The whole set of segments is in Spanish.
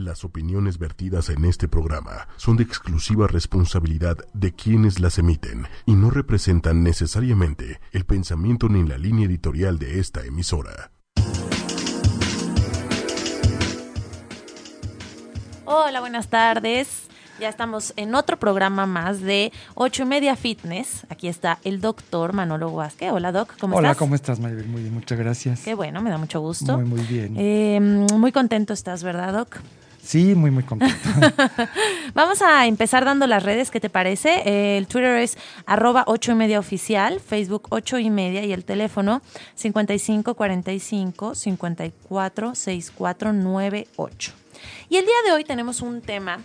Las opiniones vertidas en este programa son de exclusiva responsabilidad de quienes las emiten y no representan necesariamente el pensamiento ni la línea editorial de esta emisora. Hola, buenas tardes. Ya estamos en otro programa más de 8:30 Fitness. Aquí está el doctor Manolo Guasque. Hola, Doc, ¿cómo estás? Hola, ¿cómo estás, Maribel? Muy bien, muchas gracias. Qué bueno, me da mucho gusto. Muy bien. Muy contento estás, ¿verdad, Doc? Sí, muy contento. Vamos a empezar dando las redes, ¿qué te parece? El Twitter es @8ymedia oficial, Facebook 8ymedia y el teléfono 5545-546498. Y el día de hoy tenemos un tema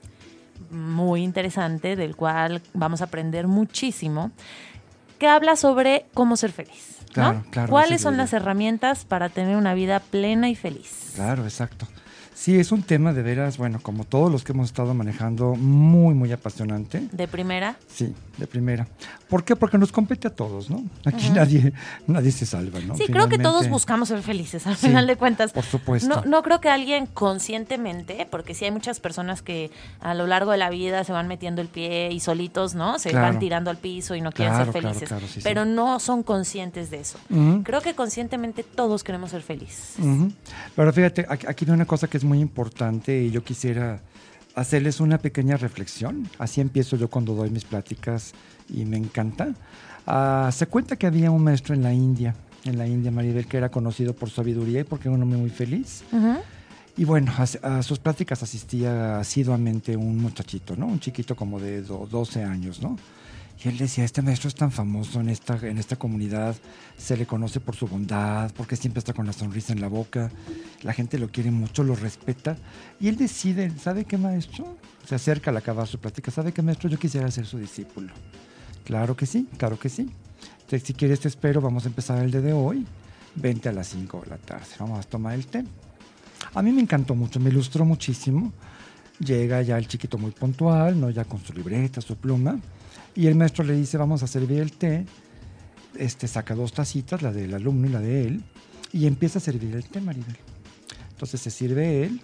muy interesante del cual vamos a aprender muchísimo, que habla sobre cómo ser feliz, ¿no? Claro. ¿Cuáles son las herramientas para tener una vida plena y feliz? Claro, exacto. Sí, es un tema de veras, bueno, como todos los que hemos estado manejando, muy apasionante. ¿De primera? Sí, de primera. ¿Por qué? Porque nos compete a todos, ¿no? Aquí nadie se salva, ¿no? Sí, creo que todos buscamos ser felices, al final de cuentas. Por supuesto. No creo que alguien conscientemente, porque sí hay muchas personas que a lo largo de la vida se van metiendo el pie y solitos, ¿no? Se van tirando al piso y no quieren ser felices. Claro, sí, pero no son conscientes de eso. Creo que conscientemente todos queremos ser felices. Pero fíjate, aquí hay una cosa que es muy importante y yo quisiera hacerles una pequeña reflexión. Así empiezo yo cuando doy mis pláticas y me encanta. Se cuenta que había un maestro en la India, Maribel, que era conocido por su sabiduría y porque era un hombre muy feliz. Y bueno, a sus pláticas asistía asiduamente un muchachito, ¿no? Un chiquito como de 12 años, ¿no? Y él decía, este maestro es tan famoso en esta comunidad, se le conoce por su bondad, porque siempre está con la sonrisa en la boca, la gente lo quiere mucho, lo respeta, y él decide, ¿sabe qué, maestro? Se acerca al acabar su plática, ¿sabe qué, maestro? Yo quisiera ser su discípulo. Claro que sí. Entonces, si quieres te espero, vamos a empezar el día de hoy, vente a las 5 de la tarde, vamos a tomar el té. A mí me encantó mucho, me ilustró muchísimo, llega ya el chiquito muy puntual, ¿no? Ya con su libreta, su pluma, y el maestro le dice, vamos a servir el té, saca 2 tacitas, la del alumno y la de él, y empieza a servir el té, Maribel. Entonces se sirve él,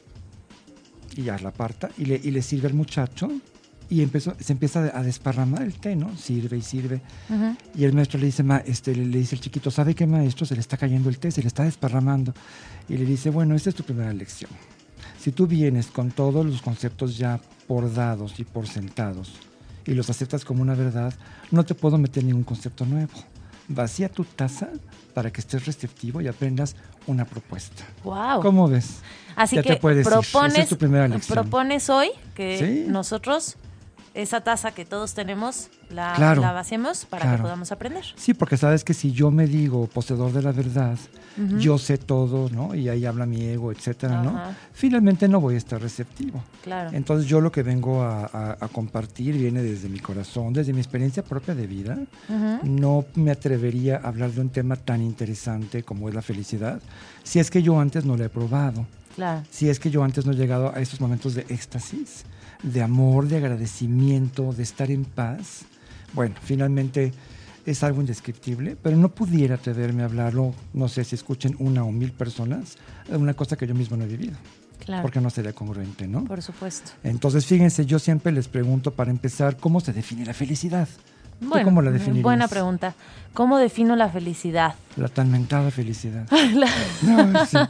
y ya la aparta, y le sirve al muchacho, y se empieza a desparramar el té, ¿no? Sirve y sirve. Y el maestro le dice, le dice el chiquito, ¿sabe qué, maestro? Se le está cayendo el té, se le está desparramando. Y le dice, bueno, esta es tu primera lección. Si tú vienes con todos los conceptos ya por dados y por sentados, y los aceptas como una verdad, no te puedo meter ningún concepto nuevo. Vacía tu taza para que estés receptivo y aprendas una propuesta. Wow. ¿Cómo ves? Así ya que te puedes propones, esa es tu primera lección. Propones hoy que ¿Sí? nosotros, esa taza que todos tenemos, la vaciemos para que podamos aprender. Sí, porque sabes que si yo me digo poseedor de la verdad, yo sé todo, ¿no? Y ahí habla mi ego, etcétera, ¿no? Finalmente no voy a estar receptivo. Claro. Entonces yo lo que vengo a compartir viene desde mi corazón, desde mi experiencia propia de vida. No me atrevería a hablar de un tema tan interesante como es la felicidad, si es que yo antes no lo he probado. Claro. Si es que yo antes no he llegado a esos momentos de éxtasis, de amor, de agradecimiento, de estar en paz. Bueno, finalmente es algo indescriptible, pero no pudiera atreverme a hablarlo, no sé si escuchen 1 o 1000 personas, de una cosa que yo mismo no he vivido. Claro. Porque no sería congruente, ¿no? Por supuesto. Entonces, fíjense, yo siempre les pregunto para empezar, ¿cómo se define la felicidad? Bueno, ¿Tú cómo la definirías? Buena pregunta. ¿Cómo defino la felicidad? La tan mentada felicidad. No, sí.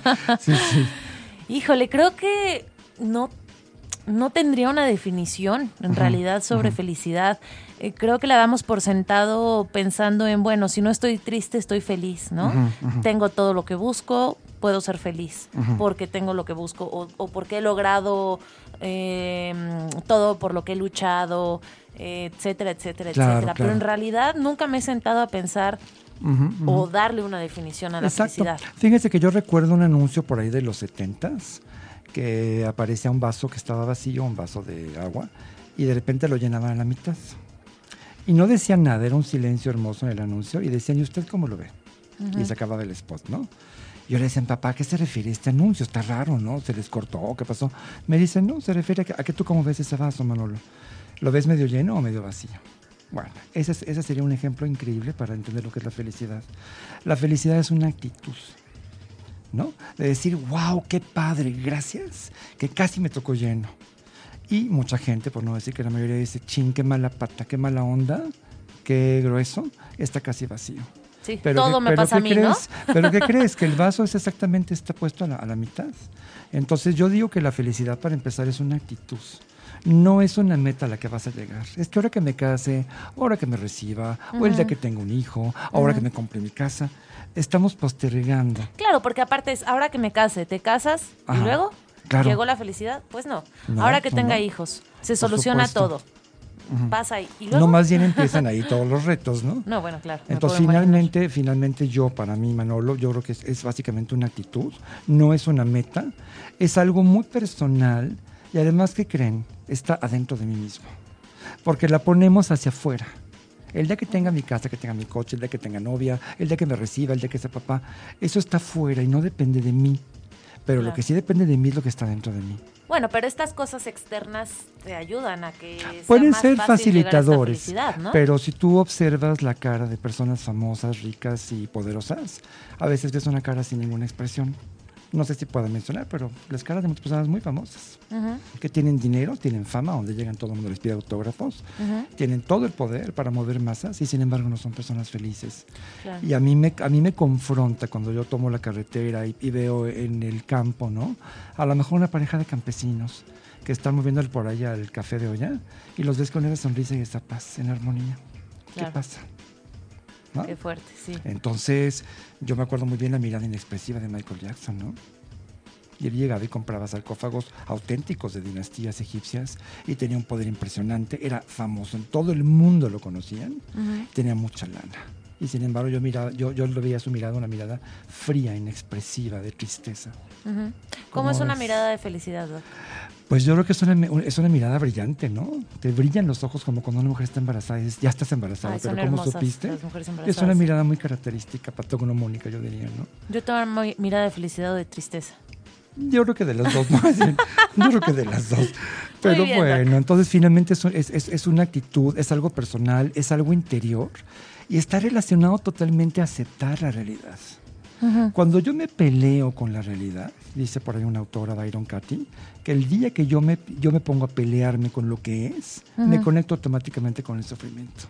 Híjole, creo que no tendría una definición en realidad sobre felicidad. Creo que la damos por sentado pensando en, bueno, si no estoy triste, estoy feliz, ¿no? Tengo todo lo que busco, puedo ser feliz porque tengo lo que busco o porque he logrado todo por lo que he luchado, etcétera. Claro. Pero en realidad nunca me he sentado a pensar o darle una definición a la felicidad. Fíjense que yo recuerdo un anuncio por ahí de los 70s que aparecía un vaso que estaba vacío, un vaso de agua, y de repente lo llenaban a la mitad. Y no decían nada, era un silencio hermoso en el anuncio, y decían, ¿y usted cómo lo ve? Y se acababa el spot, ¿no? Yo le decía, papá, ¿a qué se refiere este anuncio? Está raro, ¿no? ¿Se les cortó? ¿Qué pasó? Me dicen, no, se refiere a que tú cómo ves ese vaso, Manolo. ¿Lo ves medio lleno o medio vacío? Bueno, ese sería un ejemplo increíble para entender lo que es la felicidad. La felicidad es una actitud. ¿no? De decir, wow, qué padre, gracias, que casi me tocó lleno. Y mucha gente, por no decir que la mayoría dice, chin, qué mala pata, qué mala onda, qué grueso, está casi vacío. Sí, todo me pasa a mí, ¿no? ¿Pero qué crees? Que el vaso es exactamente, está puesto a la mitad. Entonces yo digo que la felicidad, para empezar, es una actitud. No es una meta a la que vas a llegar. Es que ahora que me case, ahora que me reciba, o el día que tengo un hijo, ahora que me compre mi casa, estamos postergando. Claro, porque aparte es, ahora que me case, te casas y luego llegó la felicidad. Pues no. Ahora que tenga hijos, se soluciona todo. Pasa ahí. ¿Y luego? No, más bien empiezan ahí todos los retos, ¿no? No, bueno, claro. Entonces, finalmente yo, para mí, Manolo, yo creo que es básicamente una actitud, no es una meta, es algo muy personal y además, ¿qué creen? Está adentro de mí mismo, porque la ponemos hacia afuera. El día que tenga mi casa, que tenga mi coche, el día que tenga novia, el día que me reciba, el día que sea papá, eso está afuera y no depende de mí. Pero lo que sí depende de mí es lo que está dentro de mí. Bueno, pero estas cosas externas te ayudan a que pueden sea ser más fácil facilitadores, llegar a esta felicidad, ¿no? pero si tú observas la cara de personas famosas, ricas y poderosas, a veces ves una cara sin ninguna expresión. No sé si puedo mencionar, pero las caras de muchas personas muy famosas, que tienen dinero, tienen fama, donde llegan todo el mundo les pide autógrafos, tienen todo el poder para mover masas y sin embargo no son personas felices. Claro. Y a mí me confronta cuando yo tomo la carretera y veo en el campo, ¿no? A lo mejor una pareja de campesinos que están moviendo por allá el café de olla y los ves con esa sonrisa y esa paz, en armonía. Claro. ¿Qué pasa? ¿No? Qué fuerte, sí. Entonces, yo me acuerdo muy bien la mirada inexpresiva de Michael Jackson, ¿no? Y él llegaba y compraba sarcófagos auténticos de dinastías egipcias y tenía un poder impresionante, era famoso, en todo el mundo lo conocían, tenía mucha lana. Y sin embargo yo lo veía su mirada, una mirada fría, inexpresiva, de tristeza. ¿Cómo es una mirada de felicidad, Doc? Pues yo creo que es una mirada brillante, ¿no? Te brillan los ojos como cuando una mujer está embarazada y dices, ya estás embarazada, pero ¿cómo supiste? Es una mirada muy característica, patognomónica, yo diría, ¿no? Yo tengo una mirada de felicidad o de tristeza. Yo creo que de las dos, más bien. Yo creo que de las dos. Pero bien, bueno, entonces finalmente es una actitud, es algo personal, es algo interior y está relacionado totalmente a aceptar la realidad. Cuando yo me peleo con la realidad, dice por ahí una autora, Byron Katie, que el día que yo me pongo a pelearme con lo que es, me conecto automáticamente con el sufrimiento.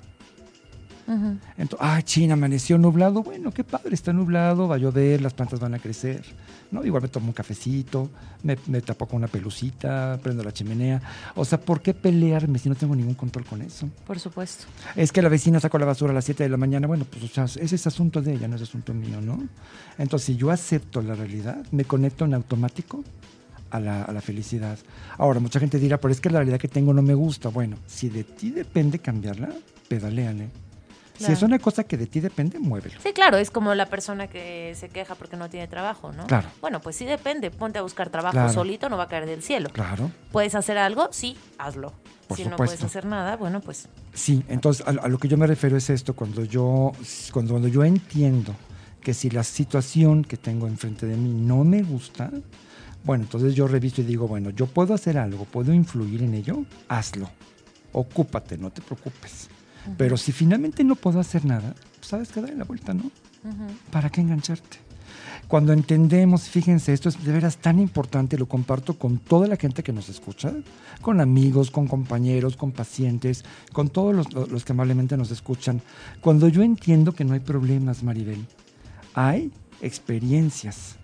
Entonces, China, amaneció nublado. Bueno, qué padre, está nublado, va a llover, las plantas van a crecer, ¿no? Igual me tomo un cafecito, me tapo con una pelucita, prendo la chimenea. O sea, ¿por qué pelearme si no tengo ningún control con eso? Por supuesto. Es que la vecina sacó la basura a las 7 de la mañana. Bueno, pues o sea, ese es asunto de ella, no es asunto mío, ¿no? Entonces, si yo acepto la realidad, me conecto en automático a la felicidad. Ahora, mucha gente dirá, pero es que la realidad que tengo no me gusta. Bueno, si de ti depende cambiarla, pedaléale. Claro. Si es una cosa que de ti depende, muévelo. Sí, claro, es como la persona que se queja porque no tiene trabajo, ¿no? Claro. Bueno, pues sí depende, ponte a buscar trabajo solito, no va a caer del cielo. Claro. ¿Puedes hacer algo? Sí, hazlo. Por si supuesto. No puedes hacer nada, bueno, pues... Sí, entonces a lo que yo me refiero es esto, cuando yo entiendo que si la situación que tengo enfrente de mí no me gusta, bueno, entonces yo reviso y digo, bueno, yo puedo hacer algo, puedo influir en ello, hazlo. Ocúpate, no te preocupes. Pero si finalmente no puedo hacer nada, pues sabes que dale la vuelta, ¿no? ¿Para qué engancharte? Cuando entendemos, fíjense, esto es de veras tan importante, lo comparto con toda la gente que nos escucha, con amigos, con compañeros, con pacientes, con todos los que amablemente nos escuchan. Cuando yo entiendo que no hay problemas, Maribel, hay experiencias.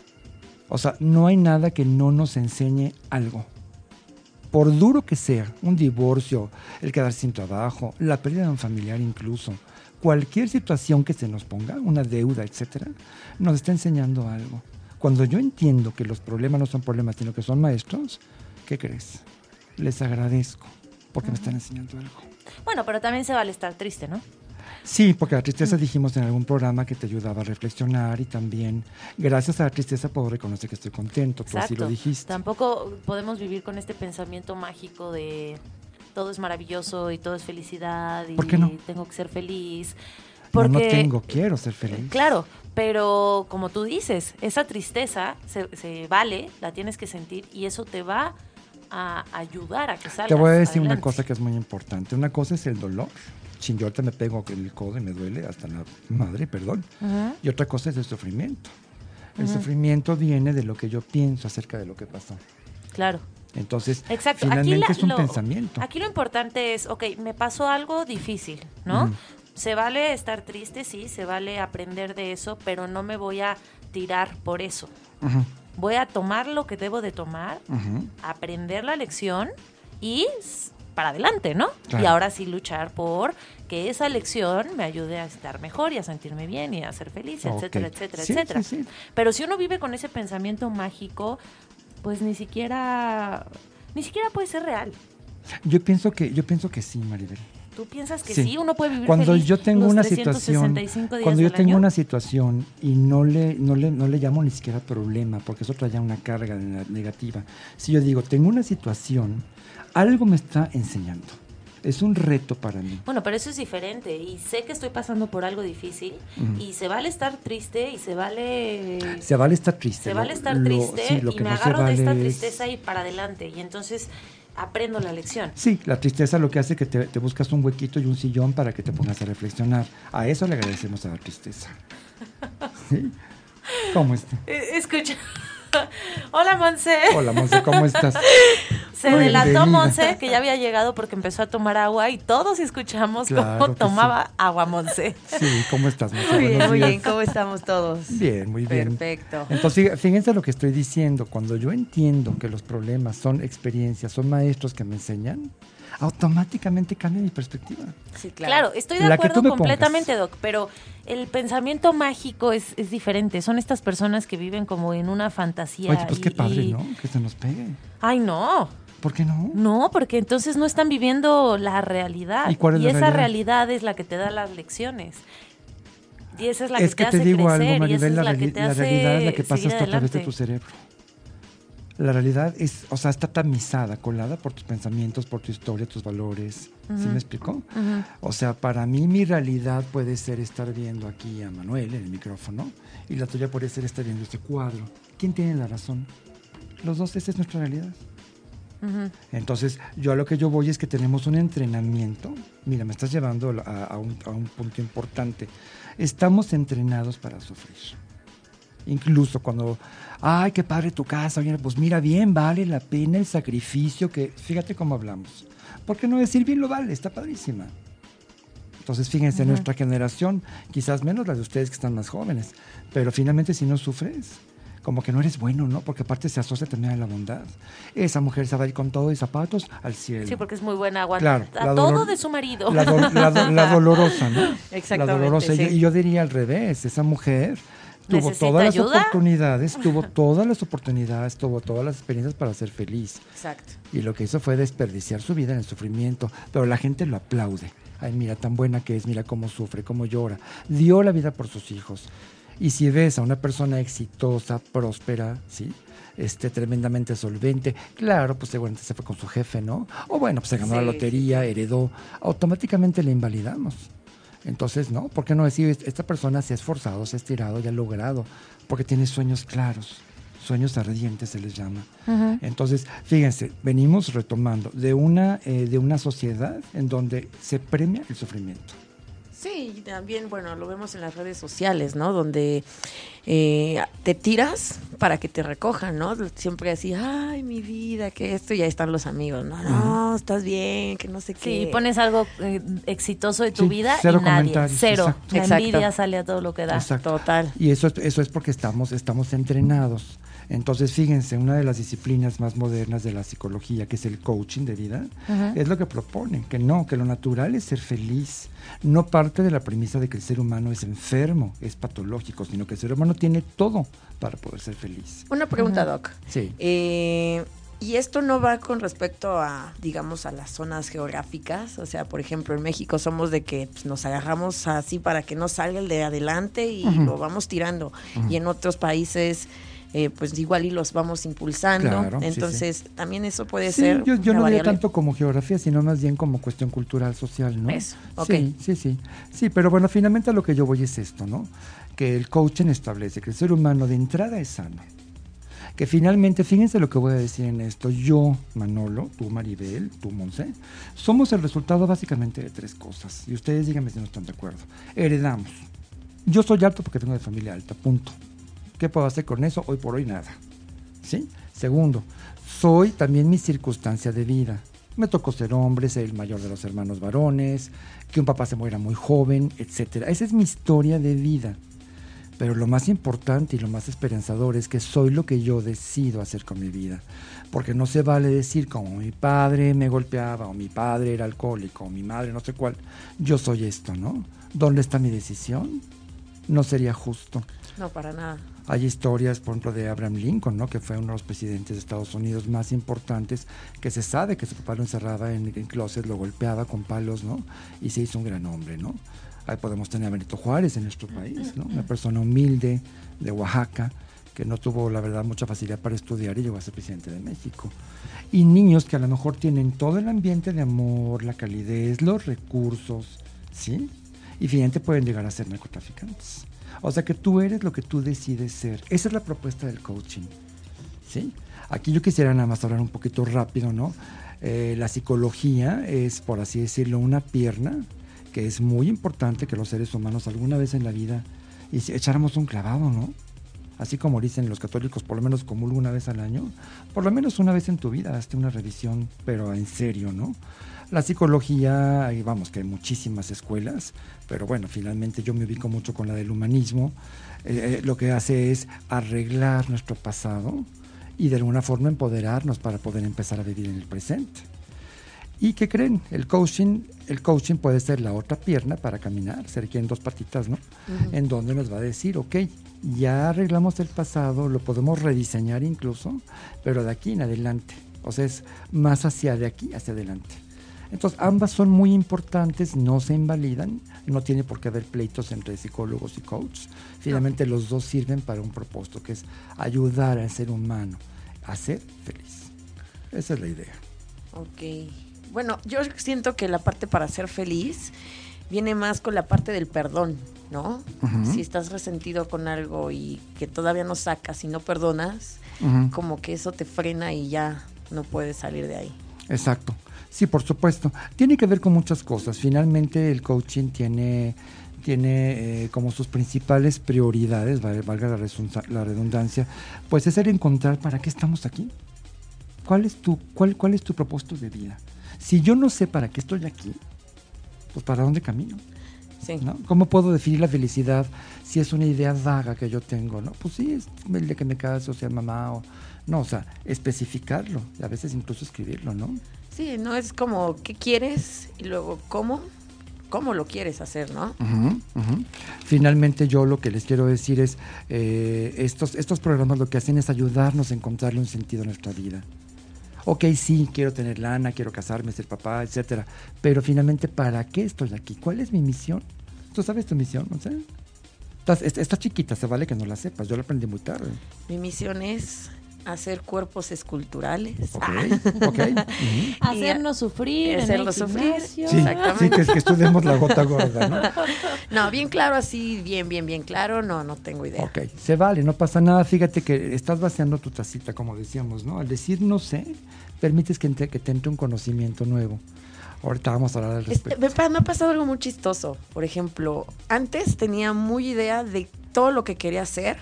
O sea, no hay nada que no nos enseñe algo. Por duro que sea, un divorcio, el quedarse sin trabajo, la pérdida de un familiar incluso, cualquier situación que se nos ponga, una deuda, etcétera, nos está enseñando algo. Cuando yo entiendo que los problemas no son problemas, sino que son maestros, ¿qué crees? Les agradezco porque me están enseñando algo. Bueno, pero también se vale estar triste, ¿no? Sí, porque la tristeza dijimos en algún programa que te ayudaba a reflexionar y también gracias a la tristeza puedo reconocer que estoy contento, tú así lo dijiste. Tampoco podemos vivir con este pensamiento mágico de todo es maravilloso y todo es felicidad y ¿por qué no? Tengo que ser feliz. Porque, quiero ser feliz. Claro, pero como tú dices, esa tristeza se vale, la tienes que sentir y eso te va a ayudar a que salgas. Te voy a decir adelante. una cosa que es muy importante. Una cosa es el dolor. Si yo ahorita me pego en el codo y me duele hasta la madre, perdón. Y otra cosa es el sufrimiento. El sufrimiento viene de lo que yo pienso acerca de lo que pasó. Claro. Entonces, Exacto. finalmente es un pensamiento. Aquí lo importante es, ok, me pasó algo difícil, ¿no? Se vale estar triste, sí, se vale aprender de eso, pero no me voy a tirar por eso. Voy a tomar lo que debo de tomar, aprender la lección y para adelante, ¿no? Claro. Y ahora sí luchar por que esa lección me ayude a estar mejor y a sentirme bien y a ser feliz, etcétera, etcétera, Sí, etcétera. sí. Pero si uno vive con ese pensamiento mágico, pues ni siquiera puede ser real. Yo pienso que sí, Maribel. ¿Tú piensas que sí? Uno puede vivir cuando feliz yo tengo los una 365 situación, días cuando yo del tengo año? una situación y no le llamo ni siquiera problema, porque eso trae ya una carga negativa. Si yo digo, tengo una situación, algo me está enseñando. Es un reto para mí. Bueno, pero eso es diferente y sé que estoy pasando por algo difícil y se vale estar triste y se vale estar triste. Se vale estar triste lo y que me no se agarro de vale esta es- tristeza y para adelante y entonces aprendo la lección. Sí, la tristeza lo que hace que te buscas un huequito y un sillón para que te pongas a reflexionar. A eso le agradecemos a la tristeza. ¿Sí? ¿Cómo estás? Escucha. Hola, Monse. Hola, Monse, ¿cómo estás? Se Bienvenida. delató Monse que ya había llegado porque empezó a tomar agua y todos escuchamos Claro cómo que tomaba agua Monse. Sí, ¿cómo estás, Monse? Muy bien, Buenos muy días. bien. ¿Cómo estamos todos? Bien, muy bien. Perfecto. Entonces, fíjense lo que estoy diciendo. Cuando yo entiendo que los problemas son experiencias, son maestros que me enseñan, automáticamente cambia mi perspectiva. Sí, Claro, estoy de La que tú acuerdo me completamente, pongas. Doc, pero el pensamiento mágico es diferente. Son estas personas que viven como en una fantasía. Oye, pues qué padre, ¿no? Que se nos pegue. Ay, no. ¿Por qué no? No, porque entonces no están viviendo la realidad. ¿Y cuál es la esa realidad? realidad es la que te da las lecciones. Y esa es la Es que que te te hace digo crecer, algo, y esa Maribel, es la la que te hace realidad es la que pasa seguir hasta a través de adelante. tu cerebro. La realidad es, o sea, está tamizada, colada por tus pensamientos, por tu historia, tus valores. ¿Sí me explicó? O sea, para mí mi realidad puede ser estar viendo aquí a Manuel en el micrófono y la tuya puede ser estar viendo este cuadro. ¿Quién tiene la razón? Los dos, esa es nuestra realidad. Entonces, yo a lo que yo voy es que tenemos un entrenamiento. Mira, me estás llevando a un punto importante. Estamos entrenados para sufrir. Incluso cuando, ay, qué padre tu casa, oye, pues mira, bien, vale la pena el sacrificio que, fíjate cómo hablamos. ¿Por qué no decir bien lo vale? Está padrísima. Entonces, fíjense, nuestra generación, quizás menos la de ustedes que están más jóvenes, pero finalmente si no sufres, como que no eres bueno, ¿no? Porque aparte se asocia también a la bondad. Esa mujer se va a ir con todo y zapatos al cielo. Sí, porque es muy buena, aguanta Claro, todo de su marido. La dolorosa, ¿no? Exactamente, La dolorosa. sí. Y yo diría al revés, esa mujer tuvo ¿Necesita todas las ayuda? oportunidades, tuvo todas las experiencias para ser feliz. Exacto. Y lo que hizo fue desperdiciar su vida en el sufrimiento. Pero la gente lo aplaude. Ay, mira, tan buena que es, mira cómo sufre, cómo llora. Dio la vida por sus hijos. Y si ves a una persona exitosa, próspera, ¿sí? Tremendamente solvente, claro, pues seguramente se fue con su jefe, ¿no? O bueno, pues se ganó la Sí, lotería, heredó, automáticamente le invalidamos. Entonces, ¿no? ¿Por qué no decir, esta persona se ha esforzado, se ha estirado y ha logrado? Porque tiene sueños claros, sueños ardientes se les llama. Entonces, fíjense, venimos retomando de una sociedad en donde se premia el sufrimiento. Sí, y también, bueno, lo vemos en las redes sociales, ¿no? Donde te tiras para que te recojan, ¿no? Siempre así, ay, mi vida, que esto, y ahí están los amigos, no, estás bien, que no sé qué. Sí, pones algo exitoso de tu Sí, vida cero y nadie, comentarios, cero. exacto. La Exacto. envidia sale a todo lo que da. Exacto. Total. Y eso es porque estamos entrenados. Entonces, fíjense, una de las disciplinas más modernas de la psicología, que es el coaching de vida, es lo que propone, que lo natural es ser feliz. No parte de la premisa de que el ser humano es enfermo, es patológico, sino que el ser humano tiene todo para poder ser feliz. Una pregunta, Doc. Sí. Y esto no va con respecto a, digamos, a las zonas geográficas. O sea, por ejemplo, en México somos de que pues, nos agarramos así para que no salga el de adelante y lo vamos tirando. Y en otros países, pues igual y los vamos impulsando. Claro, sí, entonces, también eso puede Sí, ser yo una no diría variable. tanto como geografía, sino más bien como cuestión cultural, social, ¿no? Eso, ok. Sí. Sí, pero bueno, finalmente a lo que yo voy es esto, ¿no? Que el coaching establece que el ser humano de entrada es sano. Que finalmente, fíjense lo que voy a decir en esto, yo, Manolo, tú, Maribel, tú, Monse, somos el resultado básicamente de tres cosas. Y ustedes díganme si no están de acuerdo. Heredamos. Yo soy alto porque vengo de familia alta, punto. ¿Qué puedo hacer con eso? Hoy por hoy nada. ¿Sí? Segundo, soy también mi circunstancia de vida. Me tocó ser hombre, ser el mayor de los hermanos varones, que un papá se muera muy joven, etcétera. Esa es mi historia de vida. Pero lo más importante y lo más esperanzador es que soy lo que yo decido hacer con mi vida. Porque no se vale decir como mi padre me golpeaba, o mi padre era alcohólico, o mi madre no sé cuál. Yo soy esto, ¿no? ¿Dónde está mi decisión? No sería justo. No, para nada. Hay historias, por ejemplo, de Abraham Lincoln, ¿no? Que fue uno de los presidentes de Estados Unidos más importantes, que se sabe que su papá lo encerraba en closet, lo golpeaba con palos, ¿no? Y se hizo un gran hombre, ¿no? Ahí podemos tener a Benito Juárez en nuestro país, ¿no? Una persona humilde de Oaxaca, que no tuvo, la verdad, mucha facilidad para estudiar y llegó a ser presidente de México. Y niños que a lo mejor tienen todo el ambiente de amor, la calidez, los recursos, ¿sí? Y finalmente pueden llegar a ser narcotraficantes. O sea que tú eres lo que tú decides ser. Esa es la propuesta del coaching, ¿sí? Aquí yo quisiera nada más hablar un poquito rápido, ¿no? La psicología es, por así decirlo, una pierna que es muy importante que los seres humanos alguna vez en la vida echáramos un clavado, ¿no? Así como dicen los católicos, por lo menos comulgo una vez al año, por lo menos una vez en tu vida, hazte una revisión, pero en serio, ¿no? La psicología, vamos, que hay muchísimas escuelas, pero bueno, finalmente yo me ubico mucho con la del humanismo. Lo que hace es arreglar nuestro pasado y de alguna forma empoderarnos para poder empezar a vivir en el presente. ¿Y qué creen? El coaching puede ser la otra pierna para caminar, se requieren dos patitas, ¿no? Uh-huh. En donde nos va a decir, ok, ya arreglamos el pasado, lo podemos rediseñar incluso, pero de aquí en adelante, o sea, es más hacia de aquí hacia adelante. Entonces, ambas son muy importantes, no se invalidan, no tiene por qué haber pleitos entre psicólogos y coaches. Finalmente, los dos sirven para un propósito, que es ayudar al ser humano a ser feliz. Esa es la idea. Ok. Bueno, yo siento que la parte para ser feliz viene más con la parte del perdón, ¿no? Uh-huh. Si estás resentido con algo y que todavía no sacas y no perdonas, uh-huh, como que eso te frena y ya no puedes salir de ahí. Exacto. Sí, por supuesto. Tiene que ver con muchas cosas. Finalmente el coaching tiene como sus principales prioridades, valga la redundancia, pues es el encontrar para qué estamos aquí. ¿Cuál es tu propósito de vida? Si yo no sé para qué estoy aquí, pues ¿para dónde camino? Sí. ¿No? ¿Cómo puedo definir la felicidad si es una idea vaga que yo tengo? ¿No? Pues sí, es el de que me case o sea mamá o... No, o sea, especificarlo, y a veces incluso escribirlo, ¿no? Sí, no es como ¿qué quieres? Y luego ¿cómo lo quieres hacer, no? Uh-huh, uh-huh. Finalmente yo lo que les quiero decir es estos programas lo que hacen es ayudarnos a encontrarle un sentido a nuestra vida. Ok, sí, quiero tener lana, quiero casarme, ser papá, etcétera, pero finalmente ¿para qué estoy aquí? ¿Cuál es mi misión? ¿Tú sabes tu misión? No sé. Estás chiquita, se vale que no la sepas, yo la aprendí muy tarde. Mi misión es hacer cuerpos esculturales. Okay. Uh-huh. Hacernos sufrir. Hacerlos sufrir. Sí, exactamente. Sí, que estudiemos la gota gorda, ¿no? No, bien claro así, bien claro, no tengo idea. Ok, se vale, no pasa nada. Fíjate que estás vaciando tu tacita, como decíamos, ¿no? Al decir no sé, permites que te entre un conocimiento nuevo. Ahorita vamos a hablar al respecto. Me ha pasado algo muy chistoso. Por ejemplo, antes tenía muy idea de todo lo que quería hacer.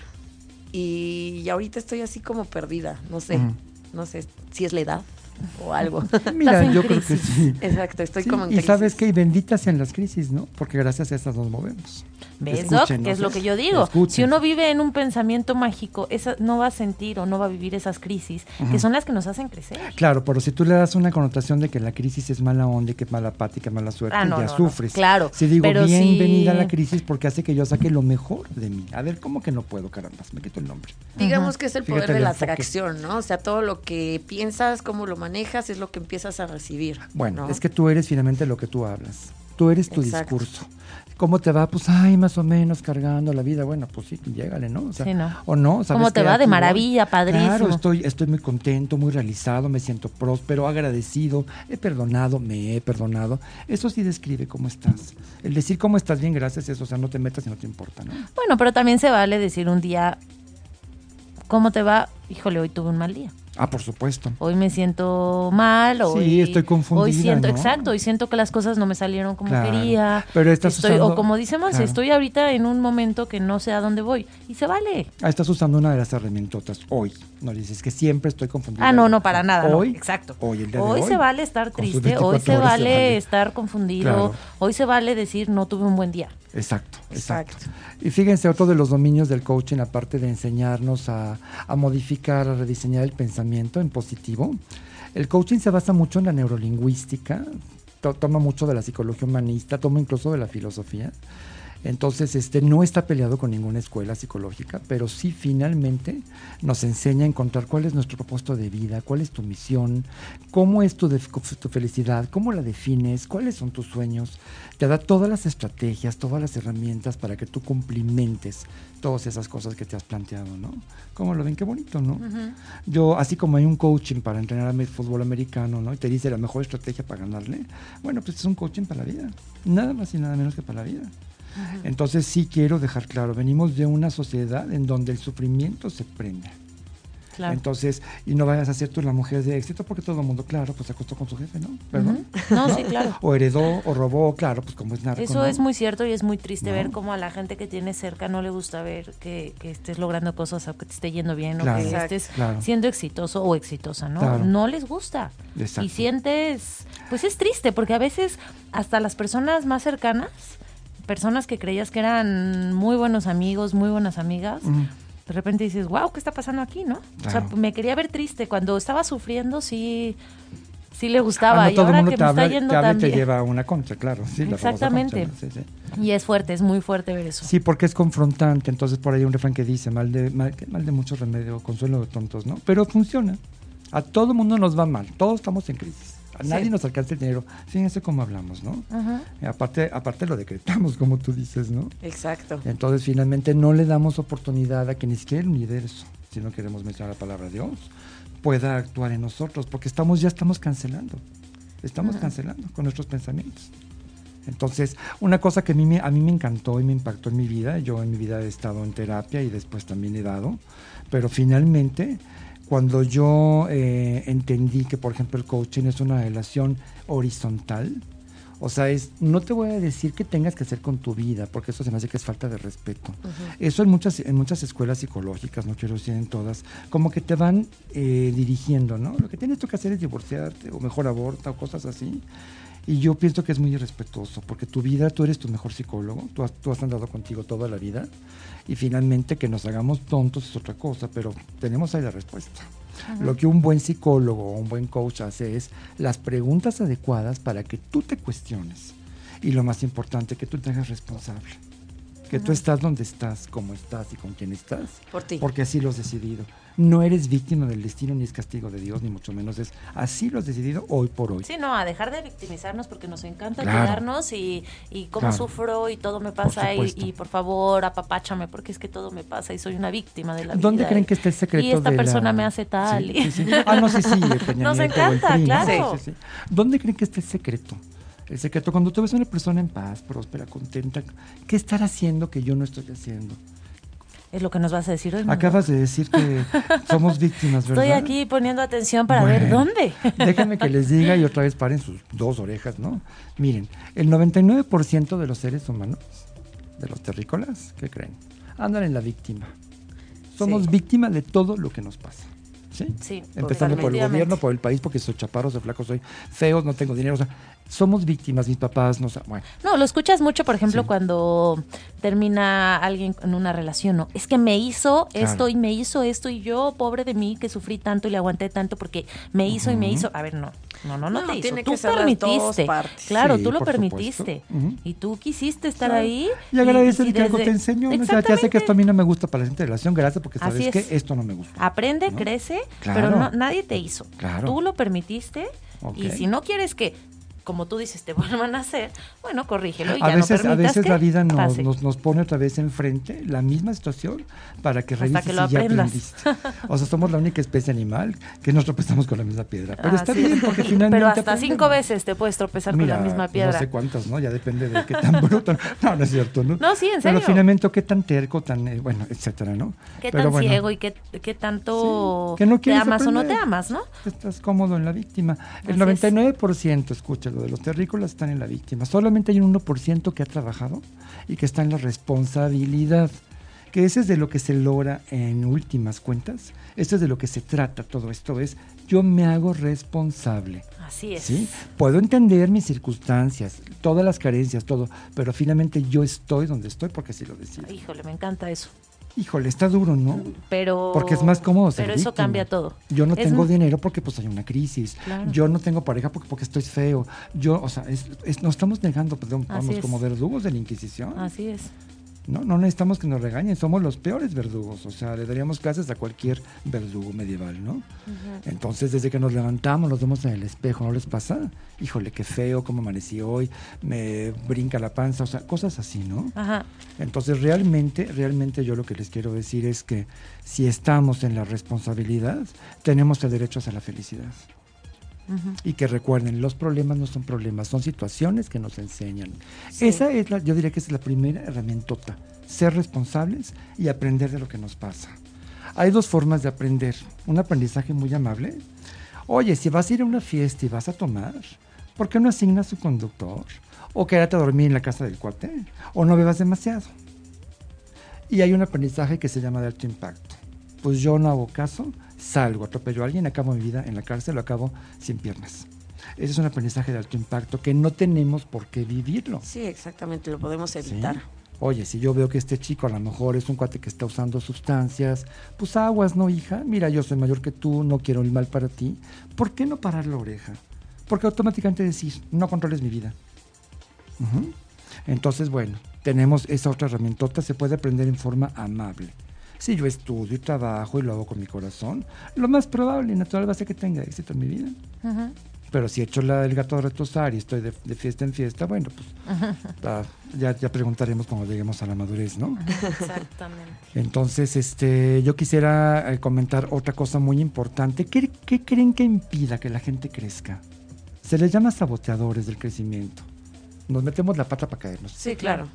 Y ahorita estoy así como perdida, no sé si es la edad o algo. Mira, yo creo que sí. Exacto, estoy como en y crisis. sabes que benditas sean las crisis, ¿no? Porque gracias a estas nos movemos. ¿Ves, Doc? Que es lo que yo digo. Si uno vive en un pensamiento mágico, no va a sentir o no va a vivir esas crisis, que son las que nos hacen crecer. Claro, pero si tú le das una connotación de que la crisis es mala onda, que es mala pata y que es mala suerte, sufres. Claro. Si digo, bienvenida a la crisis porque hace que yo saque lo mejor de mí. A ver, ¿cómo que no puedo, carambas? Me quito el nombre. Digamos que es el poder de la atracción, ¿no? O sea, todo lo que piensas, cómo lo manejas, es lo que empiezas a recibir. Bueno, ¿no? es que tú eres finalmente lo que tú hablas. Tú eres tu discurso. ¿Cómo te va? Pues, más o menos cargando la vida. Bueno, pues sí, llégale, ¿no? O sea, sí, ¿no? O no, ¿sabes? ¿Cómo te va? De maravilla, padrísimo. Claro, estoy muy contento, muy realizado, me siento próspero, agradecido, me he perdonado. Eso sí describe cómo estás. El decir cómo estás bien, gracias, eso, o sea, no te metas y no te importa, ¿no? Bueno, pero también se vale decir un día, ¿cómo te va? Híjole, hoy tuve un mal día. Por supuesto. Hoy me siento mal, hoy estoy confundida, hoy siento, ¿no? exacto, hoy siento que las cosas no me salieron como Claro, quería. pero estás usando, o como decimos, claro, estoy ahorita en un momento que no sé a dónde voy y se vale. estás usando una de las herramientas hoy. No dices que siempre estoy confundida. No, para nada. Hoy, no, exacto. Hoy, el día de hoy se vale estar con sus triste, hoy 24 se horas vale estar confundido, Claro. hoy se vale decir no tuve un buen día. Exacto. Y fíjense, otro de los dominios del coaching, aparte de enseñarnos a modificar, a rediseñar el pensamiento en positivo, el coaching se basa mucho en la neurolingüística, toma mucho de la psicología humanista, toma incluso de la filosofía. Entonces, no está peleado con ninguna escuela psicológica, pero sí finalmente nos enseña a encontrar cuál es nuestro propósito de vida, cuál es tu misión, cómo es tu felicidad, cómo la defines, cuáles son tus sueños. Te da todas las estrategias, todas las herramientas para que tú cumplimentes todas esas cosas que te has planteado, ¿no? ¿Cómo lo ven? Qué bonito, ¿no? Uh-huh. Yo, así como hay un coaching para entrenar a fútbol americano, ¿no? Y te dice la mejor estrategia para ganarle, bueno, pues es un coaching para la vida. Nada más y nada menos que para la vida. Uh-huh. Entonces sí quiero dejar claro, venimos de una sociedad en donde el sufrimiento se premia. Claro. Entonces, y no vayas a ser tú la mujer de éxito porque todo el mundo, claro, pues se acostó con su jefe, ¿no? ¿Perdón? Uh-huh. No, sí, claro. O heredó o robó, claro, pues como es narco. Eso ¿no? es muy cierto y es muy triste ver cómo a la gente que tienes cerca no le gusta ver que estés logrando cosas o que te esté yendo bien claro, o que estés siendo exitoso o exitosa, ¿no? Claro. No les gusta. Exacto. Y sientes, pues es triste porque a veces hasta las personas más cercanas, personas que creías que eran muy buenos amigos, muy buenas amigas, de repente dices, wow, ¿qué está pasando aquí, no? Claro. O sea, me quería ver triste. Cuando estaba sufriendo, sí le gustaba. Y ahora que me está yendo tan bien. Te lleva a una contra, claro. Sí, exactamente. La contra, sí. Y es fuerte, es muy fuerte ver eso. Sí, porque es confrontante. Entonces, por ahí hay un refrán que dice, mal de mucho remedio, consuelo de tontos, ¿no? Pero funciona. A todo el mundo nos va mal. Todos estamos en crisis. A nadie nos alcanza el dinero. Fíjense cómo hablamos, ¿no? Uh-huh. Aparte lo decretamos, como tú dices, ¿no? Exacto. Entonces, finalmente, no le damos oportunidad a que ni siquiera el universo, si no queremos mencionar la palabra Dios, pueda actuar en nosotros, porque ya estamos cancelando. Estamos cancelando con nuestros pensamientos. Entonces, una cosa que a mí me encantó y me impactó en mi vida, yo en mi vida he estado en terapia y después también he dado, pero finalmente, cuando yo entendí que, por ejemplo, el coaching es una relación horizontal, o sea, no te voy a decir qué tengas que hacer con tu vida, porque eso se me hace que es falta de respeto. Uh-huh. Eso en muchas escuelas psicológicas, no quiero decir en todas, como que te van dirigiendo, ¿no? Lo que tienes tú que hacer es divorciarte, o mejor aborta, o cosas así. Y yo pienso que es muy irrespetuoso, porque tu vida, tú eres tu mejor psicólogo, tú has andado contigo toda la vida, y finalmente que nos hagamos tontos es otra cosa, pero tenemos ahí la respuesta. Uh-huh. Lo que un buen psicólogo o un buen coach hace es las preguntas adecuadas para que tú te cuestiones. Y lo más importante, que tú te hagas responsable. Que tú estás donde estás, cómo estás y con quién estás. Por ti. Porque así lo has decidido. No eres víctima del destino, ni es castigo de Dios, ni mucho menos. Así lo has decidido hoy por hoy. Sí, no, a dejar de victimizarnos porque nos encanta cuidarnos y cómo sufro y todo me pasa y por favor apapáchame porque es que todo me pasa y soy una víctima de la vida. ¿Dónde creen que está el secreto? Y esta persona me hace tal. Sí, sí. No, sí, nos encanta, claro. Sí. ¿Dónde creen que está el secreto? El secreto, cuando tú ves a una persona en paz, próspera, contenta, ¿qué estará haciendo que yo no estoy haciendo? Es lo que nos vas a decir hoy. Acabas de decir que somos víctimas, ¿verdad? Estoy aquí poniendo atención para ver dónde. Déjenme que les diga y otra vez paren sus dos orejas, ¿no? Miren, el 99% de los seres humanos, de los terrícolas, ¿qué creen? Andan en la víctima. Somos víctimas de todo lo que nos pasa. ¿Sí? Empezando por el gobierno, por el país, porque soy chaparro, soy flaco, soy feo, no tengo dinero, o sea, somos víctimas, mis papás, bueno. No, lo escuchas mucho, por ejemplo, cuando termina alguien en una relación, ¿no? Es que me hizo esto y me hizo esto y yo, pobre de mí, que sufrí tanto y le aguanté tanto porque me hizo y me hizo. A ver, no te hizo. Tú permitiste. Claro, tú lo permitiste. Y tú quisiste estar ahí. Y agradecer que algo te enseñó. Ya sé que esto a mí no me gusta para la gente de relación, gracias porque sabes que esto no me gusta. Aprende, crece, pero nadie te hizo. Claro. Tú lo permitiste y si no quieres que como tú dices, te vuelvan a hacer, bueno, corrígelo y A ya veces, no a permitas veces que la vida pase. nos pone otra vez enfrente la misma situación para que Hasta revises que lo si ya aprendas. aprendiste. O sea, somos la única especie animal que nos tropezamos con la misma piedra. Pero está Así bien, es. porque finalmente Pero hasta aprendemos. 5 veces te puedes tropezar Mira, con la misma pues piedra. no sé cuántas, ¿no? Ya depende de qué tan bruto. No, no es cierto, ¿no? No, sí, en serio. Pero finalmente qué tan terco, tan, bueno, etcétera, ¿no? Qué Pero tan bueno, ciego y qué tanto sí, que no te quieres amas o no aprender. te amas, ¿no? Estás cómodo en la víctima. El Así es. 99%, escúchalo, de los terrícolas están en la víctima. Solamente hay un 1% que ha trabajado y que está en la responsabilidad. Que ese es de lo que se logra en últimas cuentas. Esto es de lo que se trata todo esto. Es yo me hago responsable. Así es. ¿Sí? Puedo entender mis circunstancias, todas las carencias, todo, pero finalmente yo estoy donde estoy porque sí lo decido. Híjole, me encanta eso. Híjole, está duro, ¿no? Pero Porque es más cómodo ser Pero eso víctima. cambia todo. Yo no Es tengo m- dinero porque pues hay una crisis. Claro. Yo no tengo pareja porque estoy feo. Yo, o sea, nos estamos negando, pues, vamos, es. como verdugos de la Inquisición. Así es. No necesitamos que nos regañen, somos los peores verdugos. O sea, le daríamos clases a cualquier verdugo medieval, ¿no? Entonces, desde que nos levantamos, nos vemos en el espejo, ¿no les pasa? Híjole, qué feo, cómo amanecí hoy, me brinca la panza, o sea, cosas así, ¿no? Ajá. Entonces, realmente yo lo que les quiero decir es que si estamos en la responsabilidad, tenemos el derecho a la felicidad. Y que recuerden, los problemas no son problemas, son situaciones que nos enseñan. Sí. Esa es yo diría que esa es la primera herramientota, ser responsables y aprender de lo que nos pasa. Hay dos formas de aprender, un aprendizaje muy amable. Oye, si vas a ir a una fiesta y vas a tomar, ¿por qué no asignas tu conductor? O quédate a dormir en la casa del cuate, o no bebas demasiado. Y hay un aprendizaje que se llama de alto impacto. Pues yo no hago caso, salgo, atropello a alguien, acabo mi vida en la cárcel, lo acabo sin piernas. Ese es un aprendizaje de alto impacto que no tenemos por qué vivirlo. Sí, exactamente, lo podemos ¿Sí? evitar. Oye, si yo veo que este chico a lo mejor es un cuate que está usando sustancias, pues aguas, ¿no, hija? Mira, yo soy mayor que tú, no quiero el mal para ti. ¿Por qué no parar la oreja? Porque automáticamente decir, no controles mi vida. Entonces, bueno, tenemos esa otra herramientota, se puede aprender en forma amable. Si yo estudio y trabajo y lo hago con mi corazón, lo más probable y natural va a ser que tenga éxito en mi vida. Pero si echo el gato a retosar y estoy de fiesta en fiesta, bueno, pues ya preguntaremos cuando lleguemos a la madurez, ¿no? Exactamente. Entonces, yo quisiera comentar otra cosa muy importante. ¿Qué creen que impida que la gente crezca? Se les llama saboteadores del crecimiento. Nos metemos la pata para caernos. Sí, claro.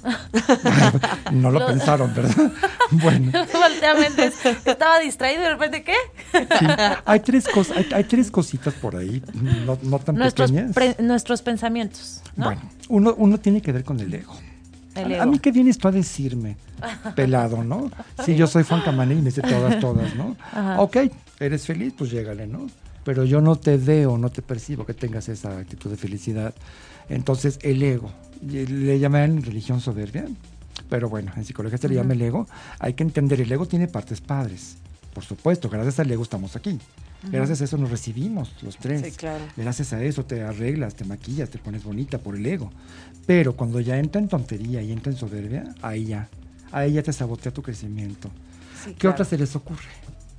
No lo pensaron, ¿verdad? Bueno. Volteamente, estaba distraído y de repente, ¿qué? Sí, hay tres cositas por ahí, no tan pequeñas. Nuestros pensamientos, ¿no? Bueno, uno tiene que ver con el ego. El A ego. mí qué vienes tú a decirme, pelado, ¿no? Si yo soy Juan Camané y me sé todas, ¿no? Ajá. Ok, eres feliz, pues llégale, ¿no? Pero yo no te veo, no te percibo que tengas esa actitud de felicidad. Entonces, el ego, le llaman en religión soberbia, pero bueno, en psicología se le llama el ego. Hay que entender, el ego tiene partes padres. Por supuesto, gracias al ego estamos aquí. Gracias a eso nos recibimos los tres. Sí, claro. Gracias a eso te arreglas, te maquillas, te pones bonita por el ego. Pero cuando ya entra en tontería y entra en soberbia, ahí ya te sabotea tu crecimiento. Sí, ¿Qué claro. otra se les ocurre?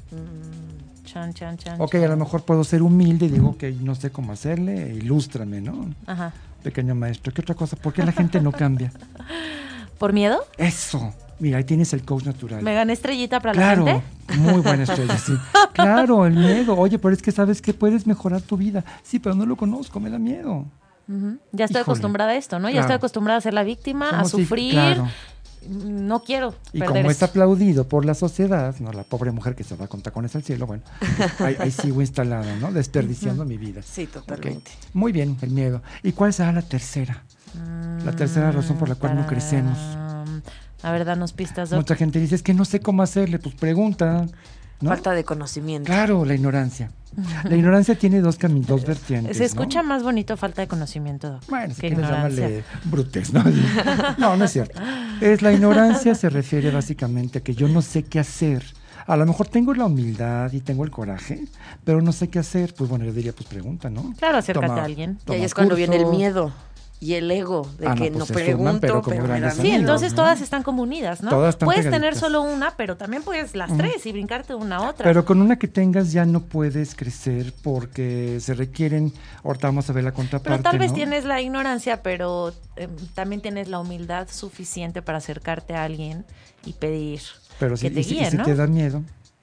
Chan. Ok, a lo mejor puedo ser humilde y digo, ok, no sé cómo hacerle, ilústrame, ¿no? Ajá. Pequeño maestro. ¿Qué otra cosa? ¿Por qué la gente no cambia? ¿Por miedo? Eso. Mira, ahí tienes el coach natural. ¿Me gané estrellita para Claro, la gente? muy buena estrella, sí. Claro, el miedo. Oye, pero es que sabes que puedes mejorar tu vida. Sí, pero no lo conozco, me da miedo. Ya estoy Híjole. acostumbrada a esto, ¿no? Ya Claro. estoy acostumbrada a ser la víctima, a Somos sufrir. claro. No quiero Y perder como es esto. aplaudido por la sociedad, no, la pobre mujer que se va con tacones al cielo, bueno, ahí sigo instalada, ¿no? Desperdiciando mi vida. Sí, totalmente. Ok. Muy bien, el miedo. ¿Y cuál será la tercera? La tercera razón por la cual no crecemos. A ver, danos pistas, Doc. Mucha gente dice, es que no sé cómo hacerle, pues pregunta, ¿no? Falta de conocimiento. Claro, la ignorancia. La ignorancia tiene dos vertientes, Se escucha ¿no? más bonito falta de conocimiento, Doc. Bueno, si que quieres ignorancia. llámale brutes, ¿no? No es cierto. Es la ignorancia se refiere básicamente a que yo no sé qué hacer. A lo mejor tengo la humildad y tengo el coraje, pero no sé qué hacer. Pues bueno, yo diría, pues pregunta, ¿no? Claro, acércate a alguien. Y ahí es cuando viene el miedo. y el ego de Ah, no, que pues no se pregunto, suman, pero como pero me grandes da Sí, amigos, miedo. entonces ¿no? todas están como unidas, ¿no? Todas están Puedes tener pegaditas. solo una, pero también puedes las tres y brincarte de una a otra. Pero con una que tengas ya no puedes crecer porque se requieren, ahorita vamos a ver la contraparte, Pero tal vez ¿no? tienes la ignorancia, pero también tienes la humildad suficiente para acercarte a alguien y pedir Pero que si, te y si- y guíe, si ¿no? te da miedo,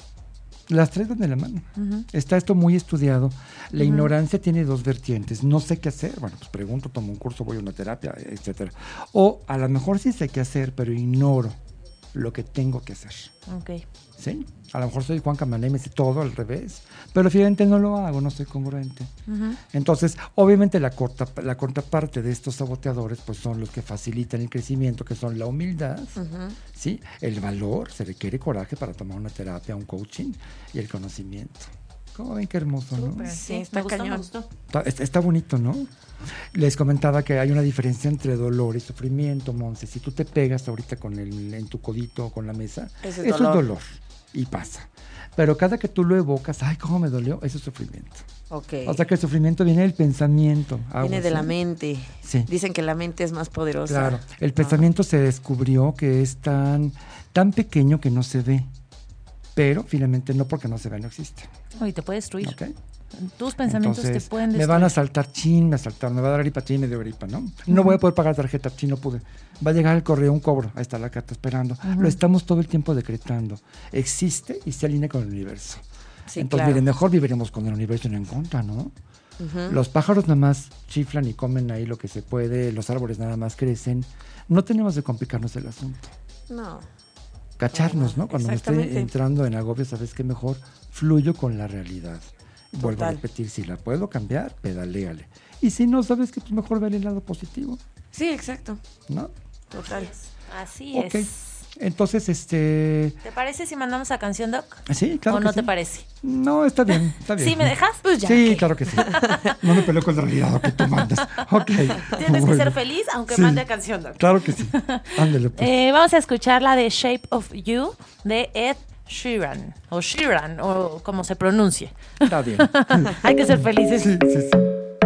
las tres van de la mano. Ujú. Está esto muy estudiado. La ignorancia tiene dos vertientes. No sé qué hacer. Bueno, pues pregunto, tomo un curso, voy a una terapia, etcétera. O a lo mejor sí sé qué hacer, pero ignoro lo que tengo que hacer. Ok. ¿Sí? A lo mejor soy Juan Camané y me sé todo al revés, pero finalmente no lo hago, no soy congruente. Ujú. Entonces, obviamente la contraparte de estos saboteadores pues son los que facilitan el crecimiento, que son la humildad, ¿sí? El valor, se requiere coraje para tomar una terapia, un coaching y el conocimiento. ¿Cómo ven qué hermoso, no? Súper, Sí, sí, está me gustó, cañón. me gustó. Está bonito, ¿no? Les comentaba que hay una diferencia entre dolor y sufrimiento, Monse. Si tú te pegas ahorita en tu codito o con la mesa, Ese es eso dolor. es dolor y pasa. Pero cada que tú lo evocas, ay, cómo me dolió, eso es sufrimiento. Ok. O sea que el sufrimiento viene del pensamiento. Viene Aguas, de la ¿eh? mente. Sí. Dicen que la mente es más poderosa. Claro, el pensamiento se descubrió que es tan pequeño que no se ve, pero finalmente no, porque no se ve, no existe. Oye, te puede destruir. ¿Ok? Tus pensamientos Entonces, te pueden me destruir. van a saltar, me va a dar gripa, me dio gripa, ¿no? No voy a poder pagar tarjeta, no pude. Va a llegar el correo, un cobro, ahí está la carta esperando. Lo estamos todo el tiempo decretando. Existe y se alinea con el universo. Sí, Entonces, claro. miren, mejor viviremos con el universo y no en contra, ¿no? Los pájaros nada más chiflan y comen ahí lo que se puede, los árboles nada más crecen. No tenemos de complicarnos el asunto. No. Cacharnos, ¿no? Cuando me esté Exactamente. entrando en agobio, ¿sabes qué? Mejor fluyo con la realidad. Vuelvo a Total. repetir, si la puedo cambiar, pedaléale. Y si no, ¿sabes qué? Pues mejor ver el lado positivo, Sí, exacto. ¿no? Total. Así Ok. es. Entonces, ¿Te parece si mandamos a canción, Doc? sí, claro ¿O que no sí. te parece? No, está bien, está bien. ¿Sí me dejas? Pues ya. Sí, ¿qué? claro que sí. No me peleo con la realidad que tú mandas. Ok. Tienes que Bueno. ser feliz aunque Sí. mande a canción, Doc. Claro que sí. Ándale, pues. Vamos a escuchar la de Shape of You de Ed Sheeran. O Sheeran, o como se pronuncie. Está bien. Hay que ser felices. Sí, sí, sí.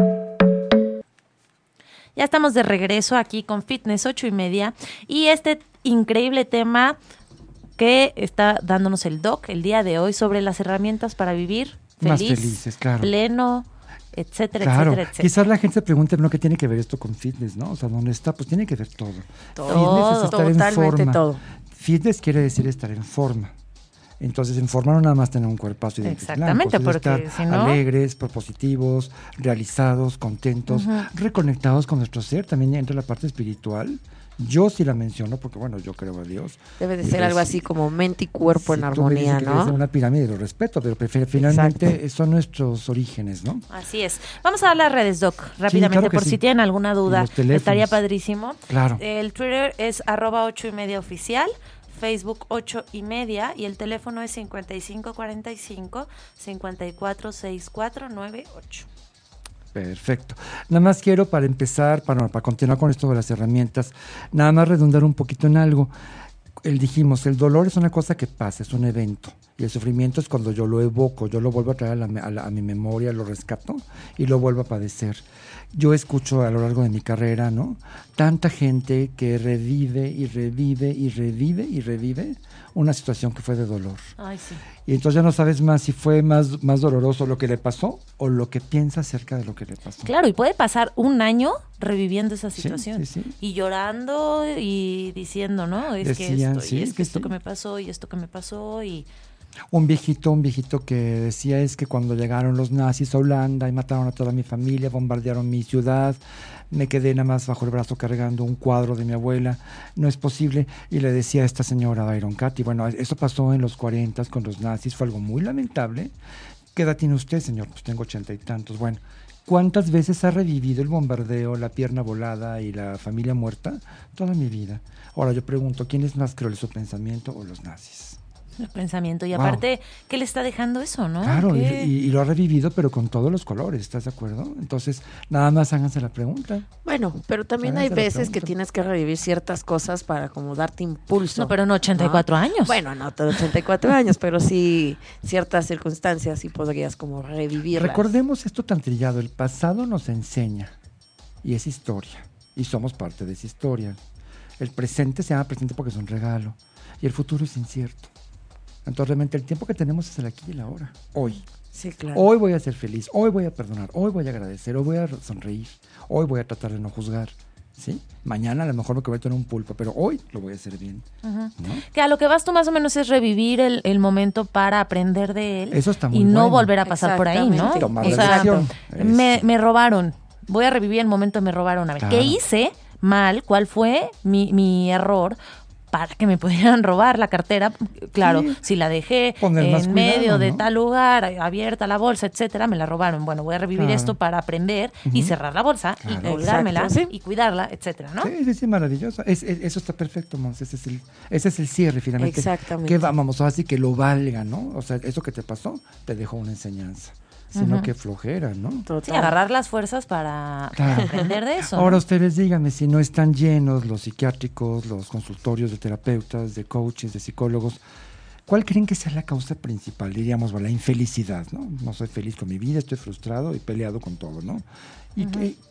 Ya estamos de regreso aquí con Fitness 8:30 y este increíble tema que está dándonos el Doc el día de hoy sobre las herramientas para vivir Más feliz, felices, claro. pleno, etcétera, Claro, etcétera, etcétera. quizás la gente se pregunte, ¿no? ¿Qué tiene que ver esto con fitness, no? O sea, ¿dónde está? Pues tiene que ver todo. Todo. Fitness es estar en Totalmente forma. todo. Fitness quiere decir estar en forma. Entonces, en forma no nada más tener un cuerpazo y dientes Exactamente, blancos, es porque estar si no- alegres, propositivos, realizados, contentos, reconectados con nuestro ser. También entra la parte espiritual. Yo sí la menciono porque, bueno, yo creo a Dios. Debe de Y ser algo pues, así como mente y cuerpo en si tú me dices armonía, que debe ser ¿no? una pirámide, lo respeto, pero finalmente Exacto. son nuestros orígenes, ¿no? Así es. Vamos a dar las redes, Doc, rápidamente, claro que por sí. si tienen alguna Y duda. los teléfonos. Estaría padrísimo. Claro. El Twitter es @8:30 oficial, Facebook 8:30 y el teléfono es 5545-546498. Perfecto. Nada más quiero para empezar, para continuar con esto de las herramientas, nada más redundar un poquito en algo. Dijimos, el dolor es una cosa que pasa, es un evento. Y el sufrimiento es cuando yo lo evoco, yo lo vuelvo a traer a mi memoria, lo rescato y lo vuelvo a padecer. Yo escucho a lo largo de mi carrera, ¿no? Tanta gente que revive y revive y revive y revive una situación que fue de dolor. Ay, sí. Y entonces ya no sabes más si fue más doloroso lo que le pasó o lo que piensa acerca de lo que le pasó. Claro, y puede pasar un año reviviendo esa Sí, situación. sí, sí. Y llorando y diciendo, ¿no? Es que Decían, esto, sí, y es que esto sí. que me pasó, y esto que me pasó, y... Un viejito que decía es que cuando llegaron los nazis a Holanda y mataron a toda mi familia, bombardearon mi ciudad, me quedé nada más bajo el brazo cargando un cuadro de mi abuela, no es posible. Y le decía a esta señora Byron Katy, bueno, eso pasó en los 40 con los nazis, fue algo muy lamentable. ¿Qué edad tiene usted, señor? Pues tengo 80 y tantos. Bueno, ¿cuántas veces ha revivido el bombardeo, la pierna volada y la familia muerta? Toda mi vida. Ahora yo pregunto, ¿quién es más cruel, su pensamiento o los nazis? El pensamiento. Y Wow. aparte, ¿qué le está dejando eso, no? Claro, ¿Qué? y lo ha revivido, pero con todos los colores, ¿estás de acuerdo? Entonces, nada más háganse la pregunta. Bueno, pero también hay Háganse la veces que pregunta. tienes que revivir ciertas cosas para como darte impulso. No, pero en 84 años. Bueno, no de 84 años, pero sí ciertas circunstancias sí podrías como revivirlas. Recordemos esto tan trillado, el pasado nos enseña, y es historia. y somos parte de esa historia. El presente se llama presente porque es un regalo y el futuro es incierto. Entonces realmente el tiempo que tenemos es el aquí y el ahora, hoy. Sí, claro. Hoy voy a ser feliz, hoy voy a perdonar, hoy voy a agradecer, hoy voy a sonreír, hoy voy a tratar de no juzgar. ¿Sí? Mañana a lo mejor me convierto en un pulpo, pero hoy lo voy a hacer bien. ¿No? Que a lo que vas tú más o menos es revivir el momento para aprender de él. Eso está muy y no bueno. volver a pasar por ahí, ¿no? Tomar O la sea, lección. me robaron. Voy a revivir el momento de me robaron. A ver, Claro. ¿qué hice mal? ¿Cuál fue mi error? Para que me pudieran robar la cartera, claro, Sí. si la dejé Poner más en medio cuidado, de ¿no? tal lugar, abierta la bolsa, etcétera, me la robaron. Bueno, voy a revivir Claro. esto para aprender y cerrar la bolsa y Claro. colgármela Exacto, sí. y cuidarla, etcétera, ¿no? Sí, maravilloso. Eso está perfecto, Mons. Ese es el cierre, finalmente. Exactamente. Que vamos, así que lo valga, ¿no? O sea, eso que te pasó te dejó una enseñanza. Sino que flojera, ¿no? Total. Sí, agarrar las fuerzas para Claro. aprender de eso. Ahora ¿no? ustedes díganme si no están llenos los psiquiátricos, los consultorios de terapeutas, de coaches, de psicólogos. ¿Cuál creen que sea la causa principal? Diríamos, la infelicidad, ¿no? No soy feliz con mi vida, estoy frustrado y peleado con todo, ¿no? ¿Y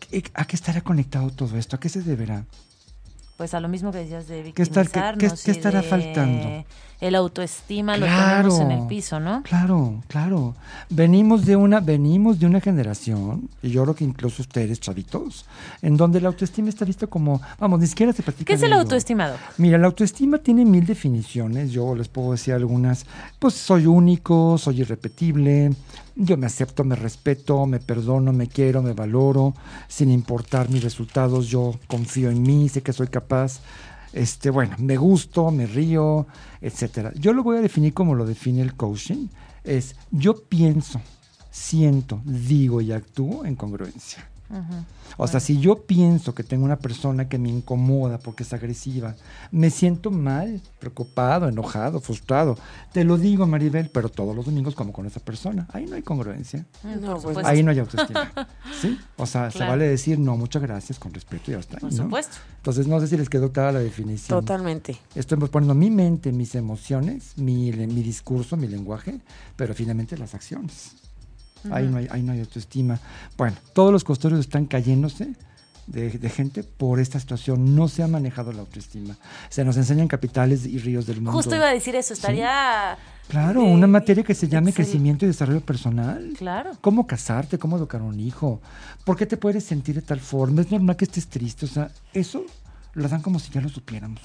a qué estará conectado todo esto? ¿A qué se deberá? Pues a lo mismo que decías de ¿Qué estar- victimizarnos qué y estará de faltando? El autoestima lo Claro. tenemos en el piso, ¿no? Claro. Venimos de una generación, y yo creo que incluso ustedes, chavitos, en donde la autoestima está visto como, vamos, ni siquiera se platica ¿Qué es de el ello. autoestimado? Mira, la autoestima tiene 1000 definiciones, yo les puedo decir algunas, pues soy único, soy irrepetible, yo me acepto, me respeto, me perdono, me quiero, me valoro, sin importar mis resultados, yo confío en mí, sé que soy capaz, bueno, me gusto, me río, etcétera. Yo lo voy a definir como lo define el coaching, es yo pienso, siento, digo y actúo en congruencia. O sea, si yo pienso que tengo una persona que me incomoda porque es agresiva, me siento mal, preocupado, enojado, frustrado. Te lo digo, Maribel, pero todos los domingos como con esa persona. Ahí no hay congruencia. No, Por pues, supuesto. Ahí no hay autoestima. ¿Sí? O sea, se Claro. vale decir no, muchas gracias, con respeto y ya está. Por ¿no? supuesto. Entonces, no sé si les quedó clara la definición. Totalmente. Estoy poniendo mi mente, mis emociones, mi discurso, mi lenguaje, pero finalmente las acciones. Ahí no hay autoestima. Bueno, todos los consultorios están cayéndose de gente por esta situación. No se ha manejado la autoestima. Se nos enseñan capitales y ríos del mundo. Justo iba a decir eso, estaría... Claro, una materia que se llame Excel. crecimiento y desarrollo personal. Claro. ¿Cómo casarte? ¿Cómo educar a un hijo? ¿Por qué te puedes sentir de tal forma? Es normal que estés triste. O sea, eso lo dan como si ya lo supiéramos.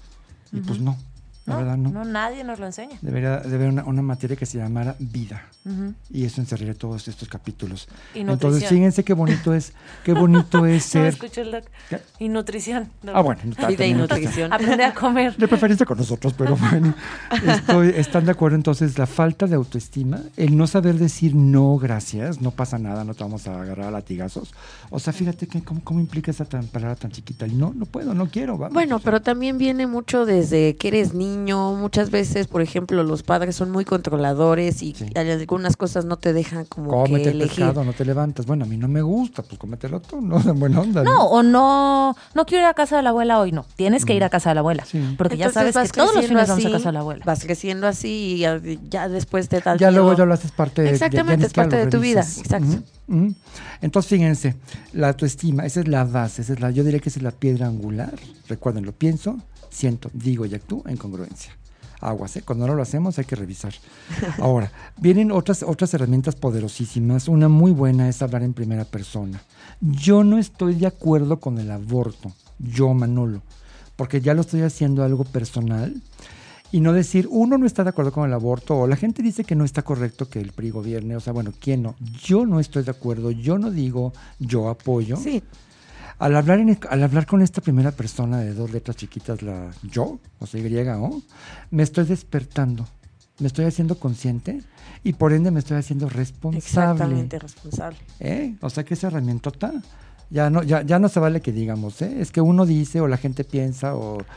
Y pues no, la verdad no. No, nadie nos lo enseña. Debería de haber una materia que se llamara vida. Y eso encerraría todos estos capítulos. Y Entonces, nutrición. fíjense qué bonito es No ser. escucho el doc. ¿Qué? Y nutrición. Ah, bueno, Vida y también nutrición. Aprender a comer. De preferencia con nosotros, pero bueno, están de acuerdo. Entonces, la falta de autoestima, el no saber decir no, gracias, no pasa nada, no te vamos a agarrar a latigazos. O sea, fíjate que cómo implica esa palabra tan chiquita. El no puedo, no quiero. Vamos, Bueno, o sea. pero también viene mucho desde que eres niño. Muchas veces, por ejemplo, los padres son muy controladores y Sí. algunas cosas no te dejan como que Cómete el elegir. pescado, no te levantas. Bueno, a mí no me gusta, pues cómetelo tú, ¿no? De buena onda. No, o no quiero ir a casa de la abuela hoy. No, tienes que ir a casa de la abuela. Sí. Porque ya Entonces sabes vas que todos los creciendo fines vamos a así, casa de la abuela. Vas creciendo así y ya después te da Ya miedo. luego ya lo haces parte de Exactamente, ni es siquiera parte lo de tu vida. revisas. Exacto. Ujú. Entonces, fíjense, la autoestima, esa es la base, yo diría que esa es la piedra angular. Recuerden, lo pienso, siento, digo y actúo en congruencia. Aguas, cuando no lo hacemos hay que revisar. Ahora, vienen otras herramientas poderosísimas. Una muy buena es hablar en primera persona. Yo no estoy de acuerdo con el aborto, yo, Manolo, porque ya lo estoy haciendo algo personal. Y no decir, uno no está de acuerdo con el aborto, o la gente dice que no está correcto que el PRI gobierne, o sea, bueno, ¿quién no? Yo no estoy de acuerdo, yo no digo, yo apoyo. Sí, Al hablar con esta primera persona de 2 letras chiquitas, la yo, o sea, Y-O, me estoy despertando, me estoy haciendo consciente y por ende me estoy haciendo responsable. exactamente, responsable. O sea que esa herramientota ya no se vale que digamos, es que uno dice o la gente piensa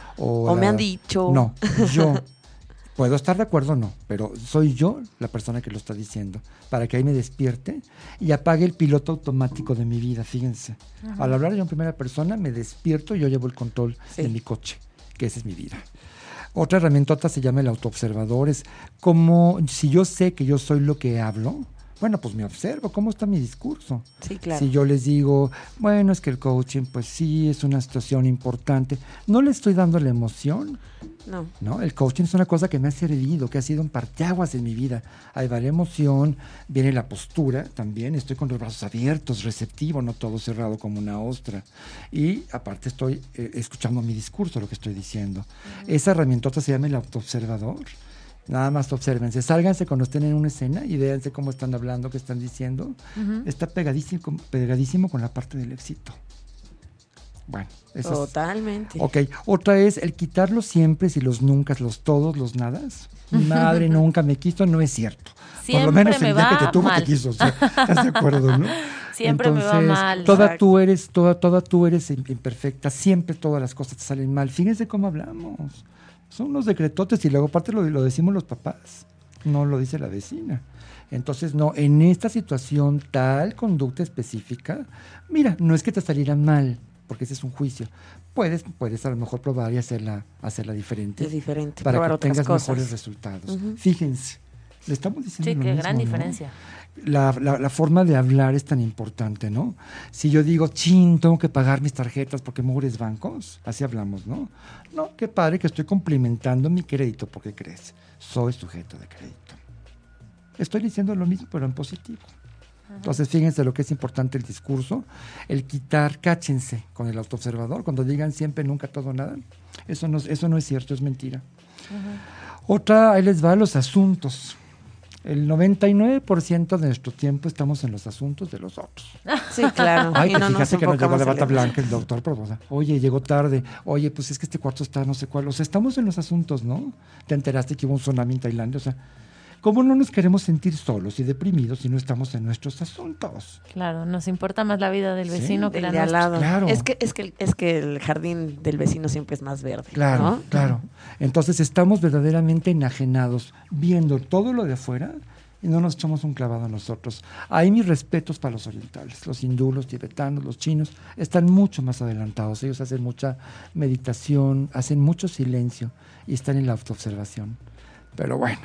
O me han dicho. No, yo puedo estar de acuerdo o no, pero soy yo la persona que lo está diciendo, para que ahí me despierte y apague el piloto automático de mi vida, fíjense. Al hablar yo en primera persona me despierto y yo llevo el control Sí. de mi coche, que esa es mi vida. Otra herramientota se llama el autoobservador, es como si yo sé que yo soy lo que hablo, Bueno, pues me observo, ¿cómo está mi discurso? Sí, claro. Si yo les digo, bueno, es que el coaching, pues sí, es una situación importante, no le estoy dando la emoción, ¿no? El coaching es una cosa que me ha servido, que ha sido un parteaguas en mi vida. Ahí va la emoción, viene la postura también, estoy con los brazos abiertos, receptivo, no todo cerrado como una ostra. Y aparte estoy escuchando mi discurso, lo que estoy diciendo. Esa herramientota se llama el autoobservador. Nada más obsérvense, sálganse cuando estén en una escena y véanse cómo están hablando, qué están diciendo. Está pegadísimo con la parte del éxito. Bueno, eso totalmente. Ok, otra es el quitar los siempre y los nunca, los todos, los nadas. Mi madre nunca me quiso, no es cierto. Siempre por lo menos me el día va que te tuvo mal. te quiso, o sea, ¿estás de acuerdo, no? Siempre me va mal. Toda tú eres imperfecta, siempre todas las cosas te salen mal. Fíjense cómo hablamos. Son unos decretotes y luego aparte lo decimos los papás, no lo dice la vecina. Entonces, no, en esta situación, tal conducta específica, mira, no es que te saliera mal, porque ese es un juicio. Puedes a lo mejor probar y hacerla diferente. Es diferente, para probar que otras tengas cosas. mejores resultados. Fíjense, le estamos diciendo Sí, lo qué mismo, gran ¿no? diferencia. La forma de hablar es tan importante, ¿no? Si yo digo, tengo que pagar mis tarjetas porque mugres bancos, así hablamos, ¿no? No, qué padre que estoy cumplimentando mi crédito, porque crees, soy sujeto de crédito. Estoy diciendo lo mismo, pero en positivo. Entonces, fíjense lo que es importante el discurso, el quitar, cáchense con el autoobservador, cuando digan siempre, nunca, todo, nada. Eso no es cierto, es mentira. Otra, ahí les va, los asuntos. El 99% de nuestro tiempo estamos en los asuntos de los otros. Sí, claro. Ay, Y que no fíjate que nos llegó enfocamos de en bata el- blanca el doctor, pero, o sea, oye, llegó tarde. Oye, pues es que este cuarto está no sé cuál. O sea, estamos en los asuntos, ¿no? Te enteraste que hubo un tsunami en Tailandia. O sea, ¿cómo no nos queremos sentir solos y deprimidos si no estamos en nuestros asuntos? Claro, nos importa más la vida del Sí, vecino que del la de al nuestra. lado. Claro. Es que el jardín del vecino siempre es más verde. Claro, ¿no? claro. Entonces estamos verdaderamente enajenados, viendo todo lo de afuera y no nos echamos un clavado a nosotros. Hay mis respetos para los orientales, los hindúes, los tibetanos, los chinos, están mucho más adelantados. Ellos hacen mucha meditación, hacen mucho silencio y están en la autoobservación. Pero bueno,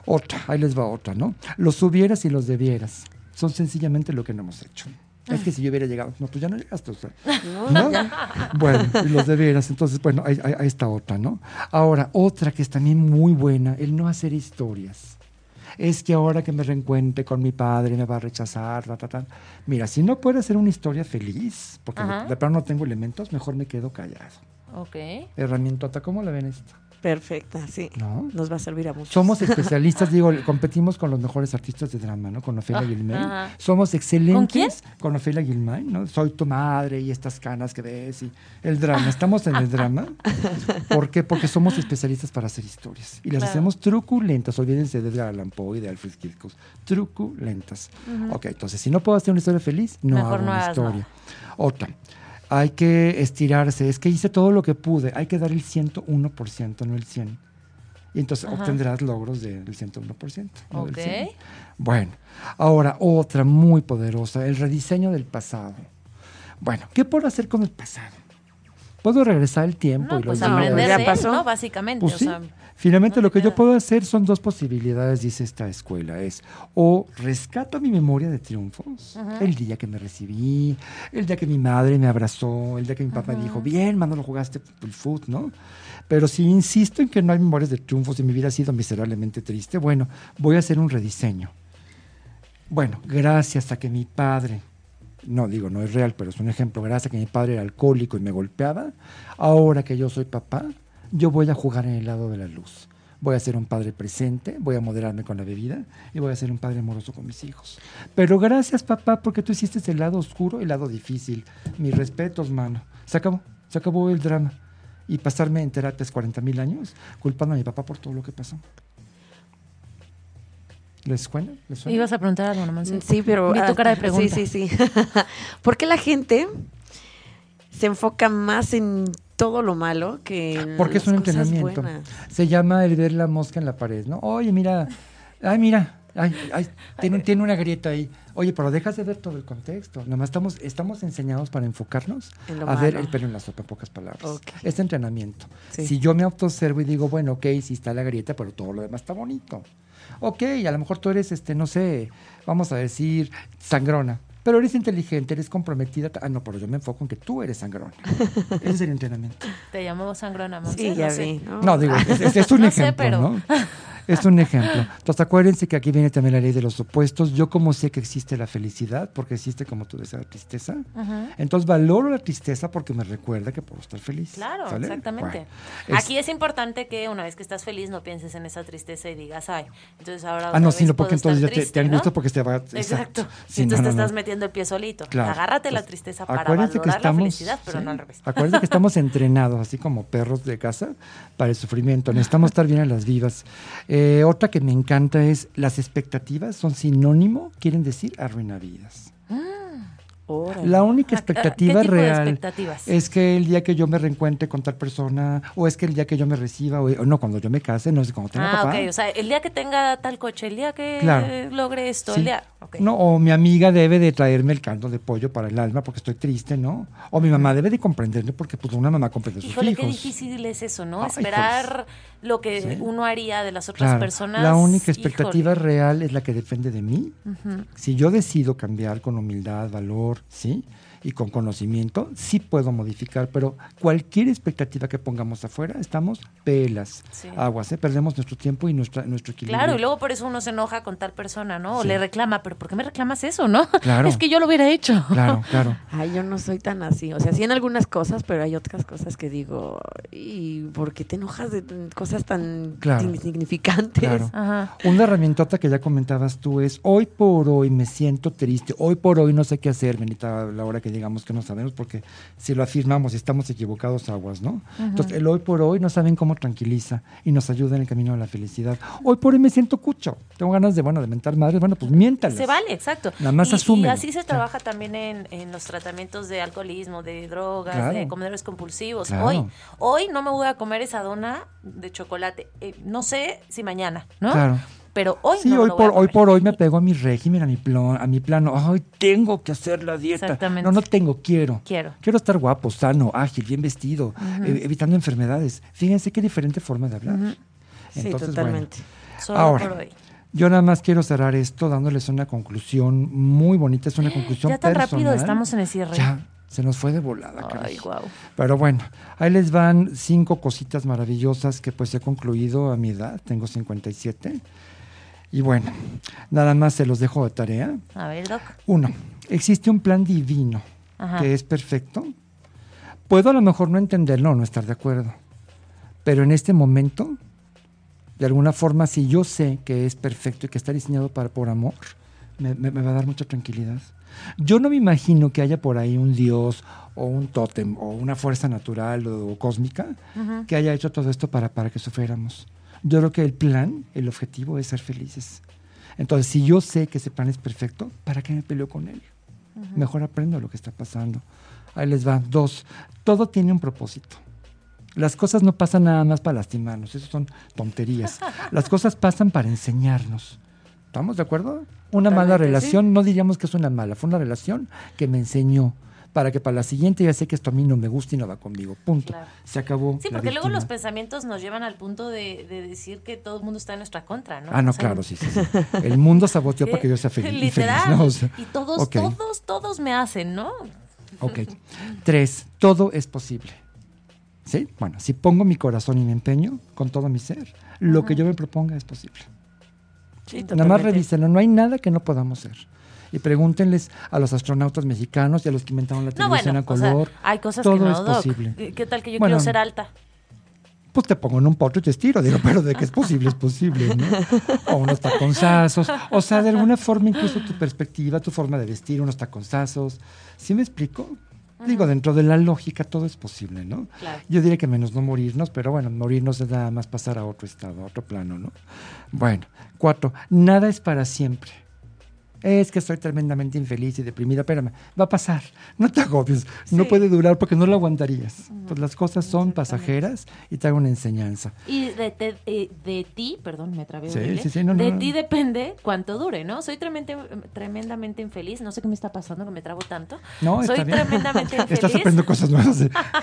ahí les va otra, ¿no? Los hubieras y los debieras son sencillamente lo que no hemos hecho. Es que si yo hubiera llegado, no, pues ya no llegaste, o sea, ¿no? Bueno, y los debieras, entonces, bueno, ahí está otra, ¿no? Ahora, otra que es también muy buena, el no hacer historias. Es que ahora que me reencuentre con mi padre me va a rechazar, Mira, si no puedo hacer una historia feliz, porque de plano no tengo elementos, mejor me quedo callado. Ok. Herramientota, ¿cómo la ven esto? Perfecta, sí. ¿No? Nos va a servir a muchos. Somos especialistas, digo, competimos con los mejores artistas de drama, ¿no? Con Ofelia Guilmain. Somos excelentes. ¿Con quién? Con Ofelia Guilmain, ¿no? Soy tu madre y estas canas que ves y el drama. Estamos en el drama. ¿Por qué? Porque somos especialistas para hacer historias. Y las hacemos truculentas. Olvídense de Edgar Allan Poe y de Alfred Hitchcock. Truculentas. Ok, entonces, si no puedo hacer una historia feliz, no Mejor hago no una hagas historia. nada. Otra. Hay que estirarse. Es que hice todo lo que pude. Hay que dar el 101%, no el 100%. Y entonces obtendrás logros del 101%. No del 100%. Bueno, ahora otra muy poderosa, el rediseño del pasado. Bueno, ¿qué puedo hacer con el pasado? Puedo regresar el tiempo No, y pues los días. aprender ¿Ya de él, pasó? ¿no? Básicamente. Pues o sí. sea, Finalmente no lo te que yo queda. puedo hacer son dos posibilidades, dice esta escuela, es o rescato mi memoria de triunfos, el día que me recibí, el día que mi madre me abrazó, el día que mi papá me dijo, bien, Manolo, jugaste el fútbol, ¿no? Pero si insisto en que no hay memorias de triunfos y mi vida ha sido miserablemente triste, bueno, voy a hacer un rediseño. Bueno, gracias a que mi padre, no digo, no es real, pero es un ejemplo, gracias a que mi padre era alcohólico y me golpeaba, ahora que yo soy papá, yo voy a jugar en el lado de la luz. Voy a ser un padre presente, voy a moderarme con la bebida y voy a ser un padre amoroso con mis hijos. Pero gracias, papá, porque tú hiciste el lado oscuro y el lado difícil. Mis respetos, mano. Se acabó el drama. Y pasarme en terapias 40,000 años culpando a mi papá por todo lo que pasó. ¿Les suena? Ibas a preguntar algo nomás. Sí, pero... Vi tu cara de pregunta. Sí. ¿Por qué la gente se enfoca más en todo lo malo que en Porque es un las cosas entrenamiento. buenas? Se llama el ver la mosca en la pared, ¿no? Oye, mira, ay, tiene una grieta ahí. Oye, pero dejas de ver todo el contexto. Nada más estamos enseñados para enfocarnos En lo a ver malo. el pelo en la sopa, en pocas palabras. Ok. Es entrenamiento. Sí. Si yo me autoobservo y digo, bueno, ok, sí está la grieta, pero todo lo demás está bonito. Ok, a lo mejor tú eres, no sé, vamos a decir, sangrona. Pero eres inteligente, eres comprometida. No, pero yo me enfoco en que tú eres sangrona. Ese es el entrenamiento. Te llamo sangrona, Monse, Sí, no ya sé. vi. No, digo, es un No sé, ejemplo, pero- ¿no? Es un ejemplo. Entonces, acuérdense que aquí viene también la ley de los opuestos. Yo como sé que existe la felicidad, porque existe, como tú decías, la tristeza. Ujú. Entonces, valoro la tristeza porque me recuerda que puedo estar feliz. Claro, ¿sale? exactamente. Bueno, Aquí es importante que una vez que estás feliz no pienses en esa tristeza y digas, ay, entonces ahora Ah, no, otra sí, vez no, porque puedo entonces estar ya te triste, angustia ¿no? porque te va... Exacto. Sí, Y entonces te no, no. estás metiendo el pie solito. Claro. Agárrate la Entonces, tristeza para acuérdense valorar la felicidad, pero sí, no al revés. Acuérdense que estamos entrenados, así como perros de casa, para el sufrimiento. Necesitamos estar bien a las vivas. Otra que me encanta es las expectativas son sinónimo, quieren decir arruinar vidas. Órale. La única ¿Qué expectativa tipo de real expectativas? es que el día que yo me reencuentre con tal persona, o es que el día que yo me reciba, o no, cuando yo me case, no es cuando tenga papá. Ok, o sea, el día que tenga tal coche, el día que Claro. logre esto, Sí. el día... ok. No, o mi amiga debe de traerme el caldo de pollo para el alma porque estoy triste, ¿no? O mi mamá debe de comprenderme porque pues una mamá comprende a sus Híjole, hijos. qué difícil es eso, ¿no? Ay, Esperar lo que Sí. uno haría de las otras Claro, personas. la única expectativa híjole. real es la que depende de mí. Si yo decido cambiar con humildad, valor, ¿sí? Y con conocimiento, sí puedo modificar, pero cualquier expectativa que pongamos afuera, estamos pelas, Sí. aguas, ¿eh? Perdemos nuestro tiempo y nuestro equilibrio. Claro, y luego por eso uno se enoja con tal persona, ¿no? O Sí. le reclama, pero ¿por qué me reclamas eso, no? Claro. Es que yo lo hubiera hecho. Claro, claro. Ay, yo no soy tan así. O sea, sí en algunas cosas, pero hay otras cosas que digo, ¿y por qué te enojas de cosas tan Claro. insignificantes? Claro. Ajá. Una herramientota que ya comentabas tú es, hoy por hoy me siento triste, hoy por hoy no sé qué hacer, Benita, a la hora que digamos que no sabemos, porque si lo afirmamos y estamos equivocados, aguas, ¿no? Entonces, el hoy por hoy no saben cómo tranquiliza y nos ayuda en el camino a la felicidad. Hoy por hoy me siento cucho, tengo ganas de mentar madres, pues miéntalas. Se vale, exacto. Nada más y asúmelo. así se Ya. trabaja también en los tratamientos de alcoholismo, de drogas, Claro. de comedores compulsivos. Claro. Hoy no me voy a comer esa dona de chocolate. No sé si mañana, ¿no? Claro. Pero hoy Sí, no me hoy lo voy a hoy comer. por hoy me pego a mi régimen, a mi plano. Ay, tengo que hacer la dieta. Exactamente. No tengo, quiero. Quiero. Quiero estar guapo, sano, ágil, bien vestido, evitando enfermedades. Fíjense qué diferente forma de hablar. Sí, Entonces, totalmente. Solo ahora, por hoy. yo nada más quiero cerrar esto dándoles una conclusión muy bonita. Es una conclusión Ya tan personal. rápido estamos en el cierre. Ya, se nos fue de volada, Ay, caray. guau. Pero bueno, ahí les van 5 cositas maravillosas que pues he concluido a mi edad. Tengo 57. Y bueno, nada más se los dejo de tarea. A ver, Doc. 1. Existe un plan divino Ajá. que es perfecto. Puedo a lo mejor no entenderlo o no estar de acuerdo, pero en este momento, de alguna forma, si yo sé que es perfecto y que está diseñado por amor, me va a dar mucha tranquilidad. Yo no me imagino que haya por ahí un dios o un tótem o una fuerza natural o cósmica que haya hecho todo esto para que sufriéramos. Yo creo que el plan, el objetivo es ser felices. Entonces, si yo sé que ese plan es perfecto, ¿para qué me peleo con él? Mejor aprendo lo que está pasando. Ahí les va. 2. Todo tiene un propósito. Las cosas no pasan nada más para lastimarnos. Eso son tonterías. Las cosas pasan para enseñarnos. ¿Estamos de acuerdo? Una mala Totalmente, relación, no diríamos que es una mala. Fue una relación que me enseñó. Para que para la siguiente ya sé que esto a mí no me gusta y no va conmigo. Punto. Claro. Se acabó. Sí, la porque luego víctima. los pensamientos nos llevan al punto de decir que todo el mundo está en nuestra contra, ¿no? Ah, no, O sea, claro, sí. El mundo saboteó para que yo sea feliz. Literal. Infeliz, ¿no? O sea, y todos, ok. todos me hacen, ¿no? Ok. 3. Todo es posible. ¿Sí? Bueno, si pongo mi corazón y me empeño con todo mi ser, lo que yo me proponga es posible. Sí, Nada más totalmente. revísenlo, no hay nada que no podamos ser. Y pregúntenles a los astronautas mexicanos y a los que inventaron la No, televisión bueno, a color. o sea, hay cosas todo que no, es Doc. posible. ¿Qué tal que yo Bueno, quiero ser alta? Pues te pongo en un potro y te estiro, digo, pero de que es posible, ¿no? O unos taconzazos, o sea, de alguna forma incluso tu perspectiva, tu forma de vestir, unos taconzazos. ¿Sí me explico? Digo, dentro de la lógica todo es posible, ¿no? Claro. Yo diría que menos no morirnos, pero bueno, morirnos es nada más pasar a otro estado, a otro plano, ¿no? Bueno, 4, nada es para siempre. Es que soy tremendamente infeliz y deprimida. Espérame, va a pasar. No te agobies. No puede durar porque no lo aguantarías. Pues las cosas son pasajeras y te hago una enseñanza. Y de ti, perdón, me trabé. Sí, de ti depende cuánto dure, ¿no? Soy tremendamente infeliz. No sé qué me está pasando, que me trabo tanto. No, soy está bien. tremendamente infeliz. Estás aprendiendo cosas nuevas.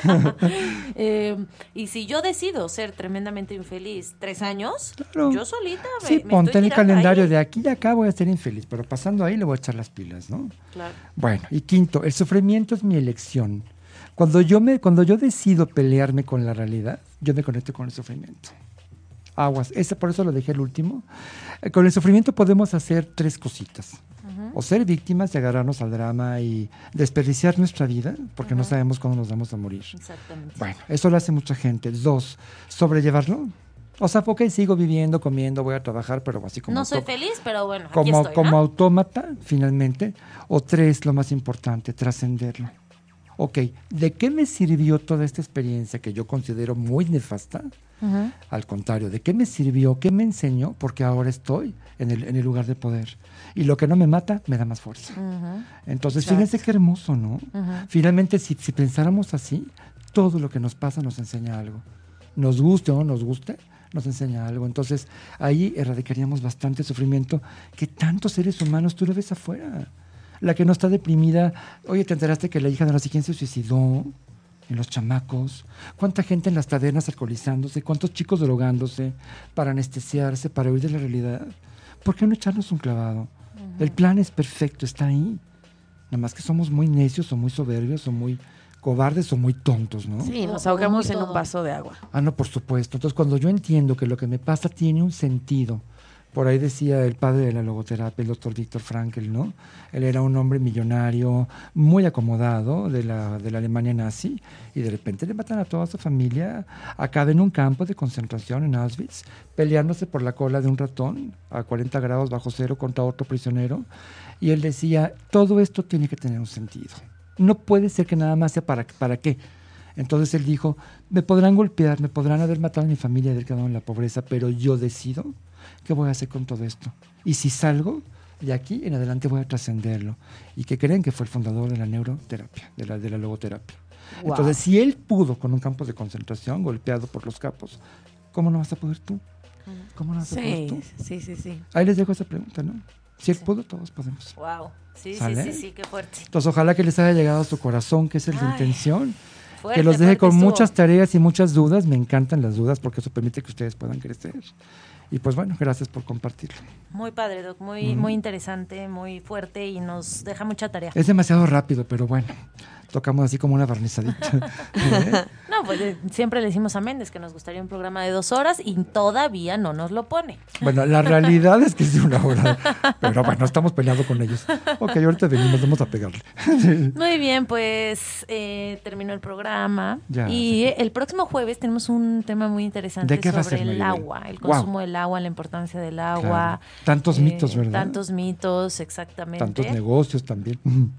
Y si yo decido ser tremendamente infeliz 3 años, Claro. yo solita Sí, me ponte estoy en el tirando calendario ahí. de aquí y acá voy a ser infeliz, pero pasando ahí le voy a echar las pilas, ¿no? Claro. Bueno, y quinto, el sufrimiento es mi elección. Cuando yo decido pelearme con la realidad, yo me conecto con el sufrimiento. Aguas, por eso lo dejé el último. Con el sufrimiento podemos hacer 3 cositas. O ser víctimas y agarrarnos al drama y desperdiciar nuestra vida, porque no sabemos cuándo nos vamos a morir. Exactamente. Bueno, eso lo hace mucha gente. 2, sobrellevarlo. O sea, ok, sigo viviendo, comiendo, voy a trabajar, pero así como... No soy feliz, pero bueno, aquí como, estoy, como ¿no? autómata, finalmente. O 3, lo más importante, trascenderlo. Ok, ¿de qué me sirvió toda esta experiencia que yo considero muy nefasta? Ujú. Al contrario, ¿de qué me sirvió? ¿Qué me enseñó? Porque ahora estoy en el lugar de poder. Y lo que no me mata, me da más fuerza. Ujú. Entonces, Exacto. fíjense qué hermoso, ¿no? Ujú. Finalmente, si pensáramos así, todo lo que nos pasa nos enseña algo. Nos guste o no nos guste, nos enseña algo. Entonces, ahí erradicaríamos bastante sufrimiento que tantos seres humanos tú lo ves afuera. La que no está deprimida, oye, ¿te enteraste que la hija de no sé quién se suicidó? En los chamacos. ¿Cuánta gente en las tabernas alcoholizándose? ¿Cuántos chicos drogándose para anestesiarse, para huir de la realidad? ¿Por qué no echarnos un clavado? El plan es perfecto, está ahí. Nada más que somos muy necios o muy soberbios o muy cobardes o muy tontos, ¿no? Sí, nos O ahogamos muy en un todo. vaso de agua. Ah, no, por supuesto. Entonces, cuando yo entiendo que lo que me pasa tiene un sentido, por ahí decía el padre de la logoterapia, el doctor Viktor Frankl, ¿no? Él era un hombre millonario, muy acomodado de la Alemania nazi, y de repente le matan a toda su familia, acaba en un campo de concentración en Auschwitz, peleándose por la cola de un ratón a 40 grados bajo cero contra otro prisionero, y él decía, todo esto tiene que tener un sentido. No puede ser que nada más sea para qué. Entonces él dijo, me podrán golpear, me podrán haber matado a mi familia y haber quedado en la pobreza, pero yo decido qué voy a hacer con todo esto. Y si salgo de aquí en adelante voy a trascenderlo. ¿Y qué creen? Que fue el fundador de la neuroterapia, de la logoterapia. Wow. Entonces, si él pudo con un campo de concentración golpeado por los capos, ¿cómo no vas a poder tú? ¿Cómo no vas a poder Sí, tú? sí. Ahí les dejo esa pregunta, ¿no? Si él pudo, todos podemos. Wow. Sí, ¿Sale? sí, qué fuerte. Entonces, ojalá que les haya llegado a su corazón, que es el de Ay, intención. Fuerte, Que los deje fuerte con estuvo. muchas tareas y muchas dudas. Me encantan las dudas porque eso permite que ustedes puedan crecer. Y pues bueno, gracias por compartirlo. Muy padre, Doc. Muy interesante, muy fuerte y nos deja mucha tarea. Es demasiado rápido, pero bueno, tocamos así como una barnizadita. ¿Eh? No, pues siempre le decimos a Méndez que nos gustaría un programa de 2 horas y todavía no nos lo pone. Bueno, la realidad es que es de 1 hora, pero bueno, estamos peleando con ellos. Ok, ahorita venimos, vamos a pegarle. Muy bien, pues terminó el programa Ya, y el próximo jueves tenemos un tema muy interesante ¿De qué va a sobre ser, el Maribel? agua, el Guau. consumo del agua, la importancia del agua. Claro. Tantos mitos, ¿verdad? Tantos mitos, exactamente. Tantos negocios también.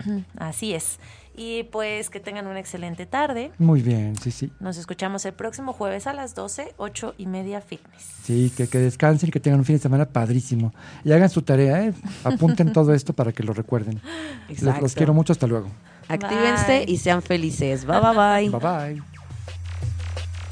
Así es. Y pues que tengan una excelente tarde. Muy bien, sí, sí. Nos escuchamos el próximo jueves a las 12, 8:30 Fitness. Sí, que descansen y que tengan un fin de semana padrísimo. Y hagan su tarea, ¿eh? Apunten todo esto para que lo recuerden. Exacto. Los quiero mucho, hasta luego. Actívense Bye. y sean felices. Bye, bye, bye. Bye bye.